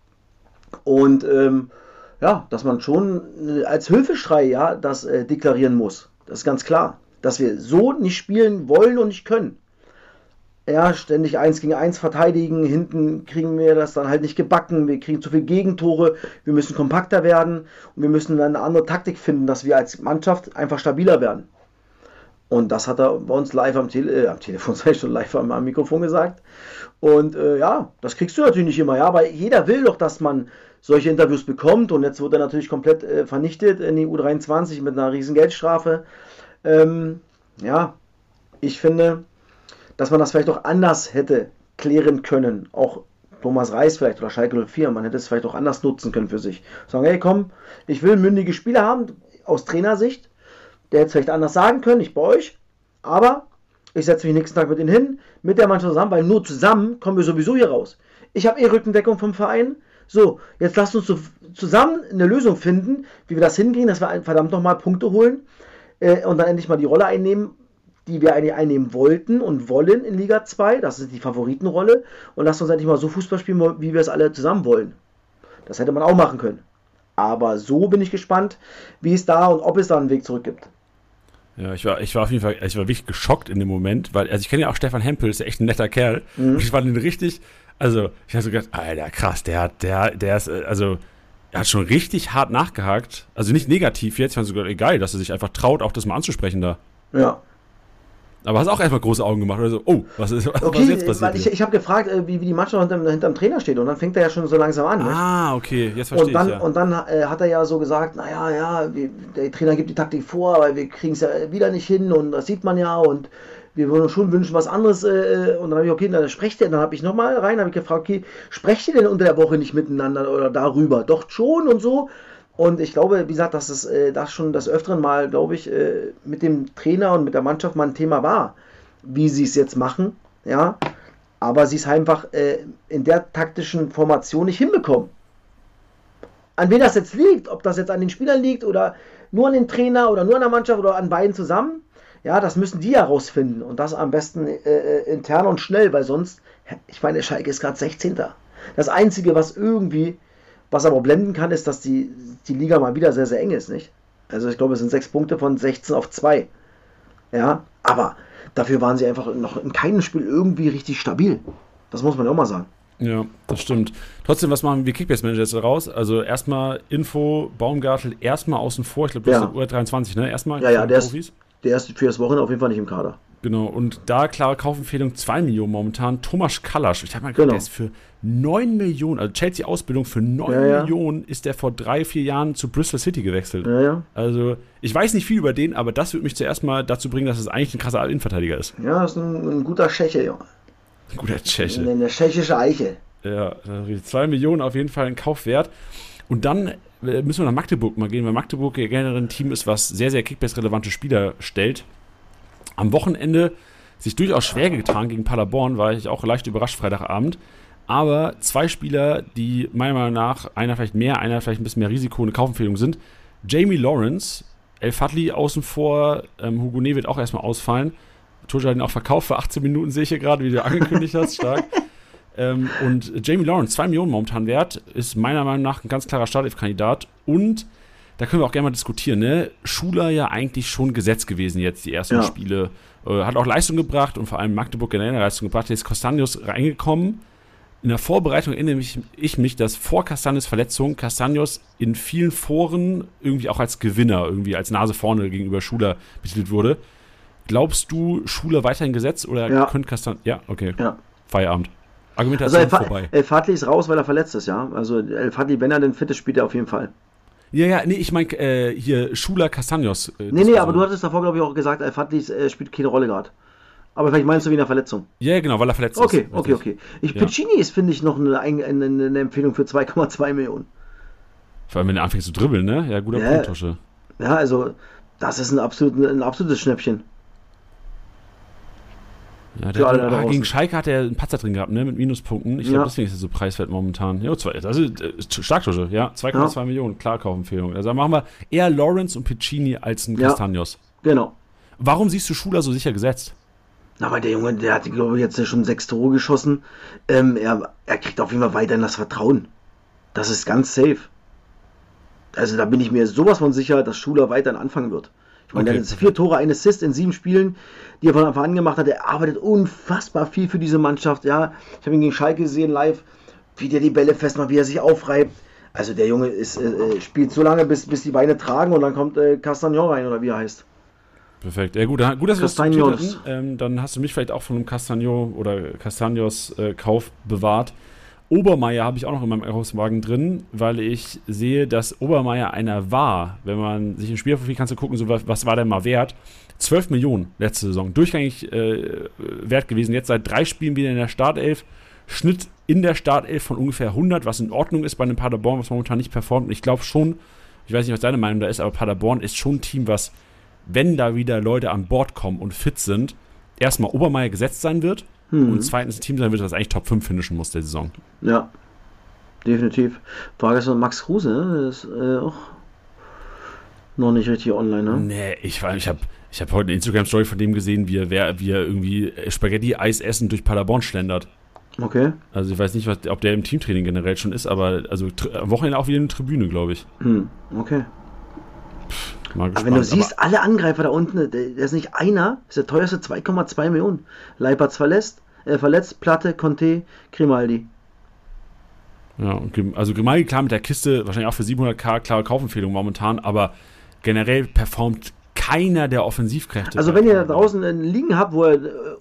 Und dass man schon als Hilfeschrei das deklarieren muss, das ist ganz klar. Dass wir so nicht spielen wollen und nicht können. Ja, ständig 1-gegen-1 verteidigen, hinten kriegen wir das dann halt nicht gebacken, wir kriegen zu viele Gegentore, wir müssen kompakter werden und wir müssen dann eine andere Taktik finden, dass wir als Mannschaft einfach stabiler werden. Und das hat er bei uns live am Telefon, sag ich schon, live am Mikrofon gesagt. Und das kriegst du natürlich nicht immer, ja, aber jeder will doch, dass man solche Interviews bekommt und jetzt wird er natürlich komplett vernichtet in die U23 mit einer riesen Geldstrafe. Ich finde, dass man das vielleicht auch anders hätte klären können. Auch Thomas Reis vielleicht oder Schalke 04, man hätte es vielleicht auch anders nutzen können für sich. Sagen, hey komm, ich will mündige Spieler haben, aus Trainersicht. Der hätte es vielleicht anders sagen können, nicht bei euch. Aber ich setze mich nächsten Tag mit ihnen hin, mit der Mannschaft zusammen, weil nur zusammen kommen wir sowieso hier raus. Ich habe Rückendeckung vom Verein. So, jetzt lasst uns zusammen eine Lösung finden, wie wir das hinkriegen, dass wir verdammt nochmal Punkte holen. Und dann endlich mal die Rolle einnehmen, die wir eigentlich einnehmen wollten und wollen in Liga 2. Das ist die Favoritenrolle. Und lasst uns endlich mal so Fußball spielen, wie wir es alle zusammen wollen. Das hätte man auch machen können. Aber so bin ich gespannt, wie es da und ob es da einen Weg zurück gibt. Ja, ich war auf jeden Fall, ich war wirklich geschockt in dem Moment, weil, also ich kenne ja auch Stefan Hempel, ist ja echt ein netter Kerl. Und ich fand ihn richtig, also ich habe so gedacht, Alter, krass, der ist, also er hat schon richtig hart nachgehakt. Also nicht negativ jetzt, ich fand sogar geil, dass er sich einfach traut, auch das mal anzusprechen da. Ja. Aber hast auch erstmal große Augen gemacht oder so, was ist jetzt passiert? Weil ich habe gefragt, wie die Mannschaft hinterm Trainer steht und dann fängt er ja schon so langsam an. Ah, okay, jetzt verstehe ich. Und dann hat er ja so gesagt, der Trainer gibt die Taktik vor, aber wir kriegen es ja wieder nicht hin und das sieht man ja und wir würden uns schon wünschen, was anderes. Und dann habe ich, okay, dann sprecht ihr. Dann habe ich nochmal rein, habe ich gefragt, okay, sprecht ihr denn unter der Woche nicht miteinander oder darüber? Doch schon und so. Und ich glaube, wie gesagt, dass das schon das Öfteren mal, glaube ich, mit dem Trainer und mit der Mannschaft mal ein Thema war, wie sie es jetzt machen. Ja, aber sie es einfach in der taktischen Formation nicht hinbekommen. An wen das jetzt liegt, ob das jetzt an den Spielern liegt oder nur an den Trainer oder nur an der Mannschaft oder an beiden zusammen, ja, das müssen die herausfinden und das am besten intern und schnell, weil sonst, ich meine, Schalke ist gerade 16. Das Einzige, was aber blenden kann, ist, dass die Liga mal wieder sehr, sehr eng ist, nicht? Also ich glaube, es sind 6 Punkte von 16 auf 2. Ja, aber dafür waren sie einfach noch in keinem Spiel irgendwie richtig stabil. Das muss man ja auch mal sagen. Ja, das stimmt. Trotzdem, was machen wir Kickbase-Manager jetzt raus? Also erstmal Info, Baumgartel erstmal außen vor. Ich glaube, du hast U23, ne? Erstmal der ist für das Wochenende auf jeden Fall nicht im Kader. Genau, und da klare Kaufempfehlung 2 Millionen momentan. Thomas Kalasch, ich habe mal gedacht, der ist für 9 Millionen, also Chelsea-Ausbildung für 9 Millionen ist der vor 3-4 Jahren zu Bristol City gewechselt. Ja. Also, ich weiß nicht viel über den, aber das würde mich zuerst mal dazu bringen, dass es eigentlich ein krasser Innenverteidiger ist. Ja, das ist ein guter Tscheche, Junge. Ein guter Tscheche. Eine tschechische Eiche. Ja, 2 Millionen auf jeden Fall ein Kaufwert. Und dann müssen wir nach Magdeburg mal gehen, weil Magdeburg generell ein Team ist, was sehr, sehr Kickbase-relevante Spieler stellt. Am Wochenende sich durchaus schwer getan gegen Paderborn, war ich auch leicht überrascht Freitagabend. Aber 2 Spieler, die meiner Meinung nach, einer vielleicht mehr, einer vielleicht ein bisschen mehr Risiko, eine Kaufempfehlung sind. Jamie Lawrence, El Fadli außen vor, Hugonet wird auch erstmal ausfallen. Tusche hat ihn auch verkauft für 18 Minuten, sehe ich hier gerade, wie du angekündigt hast, stark. Und Jamie Lawrence, 2 Millionen momentan wert, ist meiner Meinung nach ein ganz klarer Startelf-Kandidat. Und da können wir auch gerne mal diskutieren, ne? Schuler ja eigentlich schon gesetzt gewesen jetzt, die ersten Spiele. Hat auch Leistung gebracht und vor allem Magdeburg generell Leistung gebracht. Jetzt ist Castaños reingekommen. In der Vorbereitung erinnere ich mich, dass vor Castaños Verletzung Castaños in vielen Foren irgendwie auch als Gewinner, irgendwie als Nase vorne gegenüber Schuler betitelt wurde. Glaubst du, Schuler weiterhin gesetzt oder könnte Castaños... Ja, okay. Ja. Feierabend. Argumentation also vorbei. El Fadli ist raus, weil er verletzt ist, ja. Also El Fadli, wenn er denn fit ist, spielt er auf jeden Fall. Ja, nee, ich meine hier Schuler Castaños. Nee, aber du hattest davor, glaube ich, auch gesagt, El Fadli spielt keine Rolle gerade. Aber vielleicht meinst du wie eine Verletzung. Ja, genau, weil er verletzt ist. Okay. Piccini ist, finde ich, noch eine Empfehlung für 2,2 Millionen. Vor allem, wenn er anfängt zu dribbeln, ne? Ja, guter Punkt, Tusche. Ja, also, das ist ein absolutes Schnäppchen. Ja, gegen Schalke hat er einen Patzer drin gehabt, ne? Mit Minuspunkten. Ich glaube, deswegen ist er so preiswert momentan. Ja, also stark, Tusche. Ja, 2,2 Millionen, klar, Kaufempfehlung. Also machen wir eher Lawrence und Piccini als ein Castaños. Genau. Warum siehst du Schuler so sicher gesetzt? Aber der Junge, der hat, glaube ich, jetzt schon 6 Tore geschossen. Er kriegt auf jeden Fall weiterhin das Vertrauen. Das ist ganz safe. Also da bin ich mir sowas von sicher, dass Schuler weiterhin anfangen wird. Ich meine, der hat jetzt 4 Tore, 1 Assist in 7 Spielen, die er von Anfang an gemacht hat. Er arbeitet unfassbar viel für diese Mannschaft. Ja, ich habe ihn gegen Schalke gesehen live, wie der die Bälle festmacht, wie er sich aufreibt. Also der Junge spielt so lange, bis die Beine tragen und dann kommt Castañón rein, oder wie er heißt. Perfekt. Ja, gut, dass wir das hatten. Dann hast du mich vielleicht auch von einem Castaños Kauf bewahrt. Obermeier habe ich auch noch in meinem Einkaufswagen drin, weil ich sehe, dass Obermeier einer war. Wenn man sich im Spielprofil kannst du gucken, so was war der mal wert? 12 Millionen letzte Saison. Durchgängig wert gewesen. Jetzt seit 3 Spielen wieder in der Startelf. Schnitt in der Startelf von ungefähr 100, was in Ordnung ist bei einem Paderborn, was momentan nicht performt. Und ich glaube schon, ich weiß nicht, was deine Meinung da ist, aber Paderborn ist schon ein Team, was, wenn da wieder Leute an Bord kommen und fit sind, erstmal Obermeier gesetzt sein wird und zweitens ein Team sein wird, das eigentlich Top 5 finishen muss der Saison. Ja, definitiv. Frage ist noch Max Kruse, ne? Der ist auch noch nicht richtig online, ne? Nee, ich habe heute eine Instagram-Story von dem gesehen, wie er irgendwie Spaghetti-Eis essen durch Paderborn schlendert. Okay. Also ich weiß nicht, ob der im Teamtraining generell schon ist, aber also am Wochenende auch wieder eine Tribüne, glaube ich. Okay. Mal gespannt, aber wenn du siehst, alle Angreifer da unten, der ist nicht einer, ist der teuerste 2,2 Millionen. Leipertz verletzt, Platte, Conte, Grimaldi. Ja, also Grimaldi, klar, mit der Kiste, wahrscheinlich auch für 700.000, klare Kaufempfehlung momentan, aber generell performt keiner der Offensivkräfte. Also wenn ihr da draußen einen liegen habt, wo ihr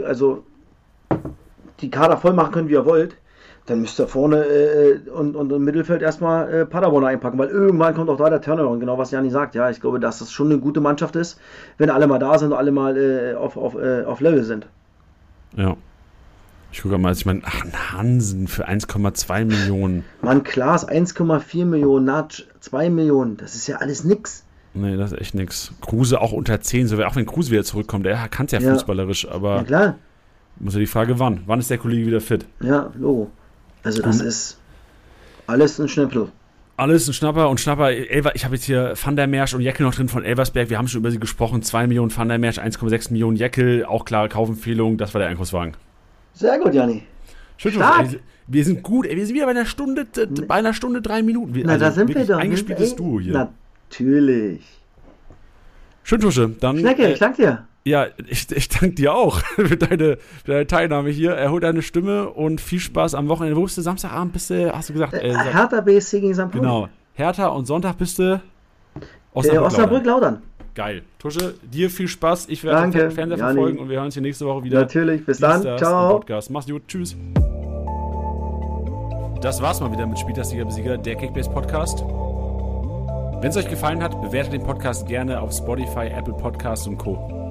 die Kader voll machen könnt, wie ihr wollt, dann müsst ihr vorne und im Mittelfeld erstmal Paderborn einpacken, weil irgendwann kommt auch da der Turnaround, genau was Jani sagt. Ja, ich glaube, dass das schon eine gute Mannschaft ist, wenn alle mal da sind und alle mal auf Level sind. Ja. Ich gucke mal, ich meine, Hansen für 1,2 Millionen. Mann, Klaas 1,4 Millionen, Natsch 2 Millionen, das ist ja alles nix. Nee, das ist echt nix. Kruse auch unter 10, so auch wenn Kruse wieder zurückkommt, der kann es ja fußballerisch, aber ja, klar. Muss ja die Frage, wann? Wann ist der Kollege wieder fit? Ja, Logo. Also das ist alles ein Schnäppel. Alles ein Schnapper und Schnapper. Ich habe jetzt hier Van der Merch und Jeckel noch drin von Elversberg. Wir haben schon über sie gesprochen. 2 Millionen Van der Merch, 1,6 Millionen Jeckel. Auch klare Kaufempfehlung. Das war der Einkaufswagen. Sehr gut, Janni. Schön, wir sind gut. Wir sind wieder bei einer Stunde 3 Minuten. Da sind wir doch. Eingespieltes Duo hier. Natürlich. Schön, Tusche. Dann, Schnecke, ich danke dir. Ja, ich danke dir auch für deine Teilnahme hier. Erhol deine Stimme und viel Spaß am Wochenende. Wo bist du? Samstagabend bist du, hast du gesagt? Hertha BSC gegen St. Pauli. Genau. Hertha und Sonntag bist du Osnabrück-Laudern. Geil. Tusche, dir viel Spaß. Ich werde den Fernseher verfolgen und wir hören uns hier nächste Woche wieder. Natürlich. Bis dann. Ciao. Podcast. Mach's gut. Tschüss. Das war's mal wieder mit Spieltagssieger-Besieger, der Kickbase Podcast. Wenn es euch gefallen hat, bewertet den Podcast gerne auf Spotify, Apple Podcasts und Co.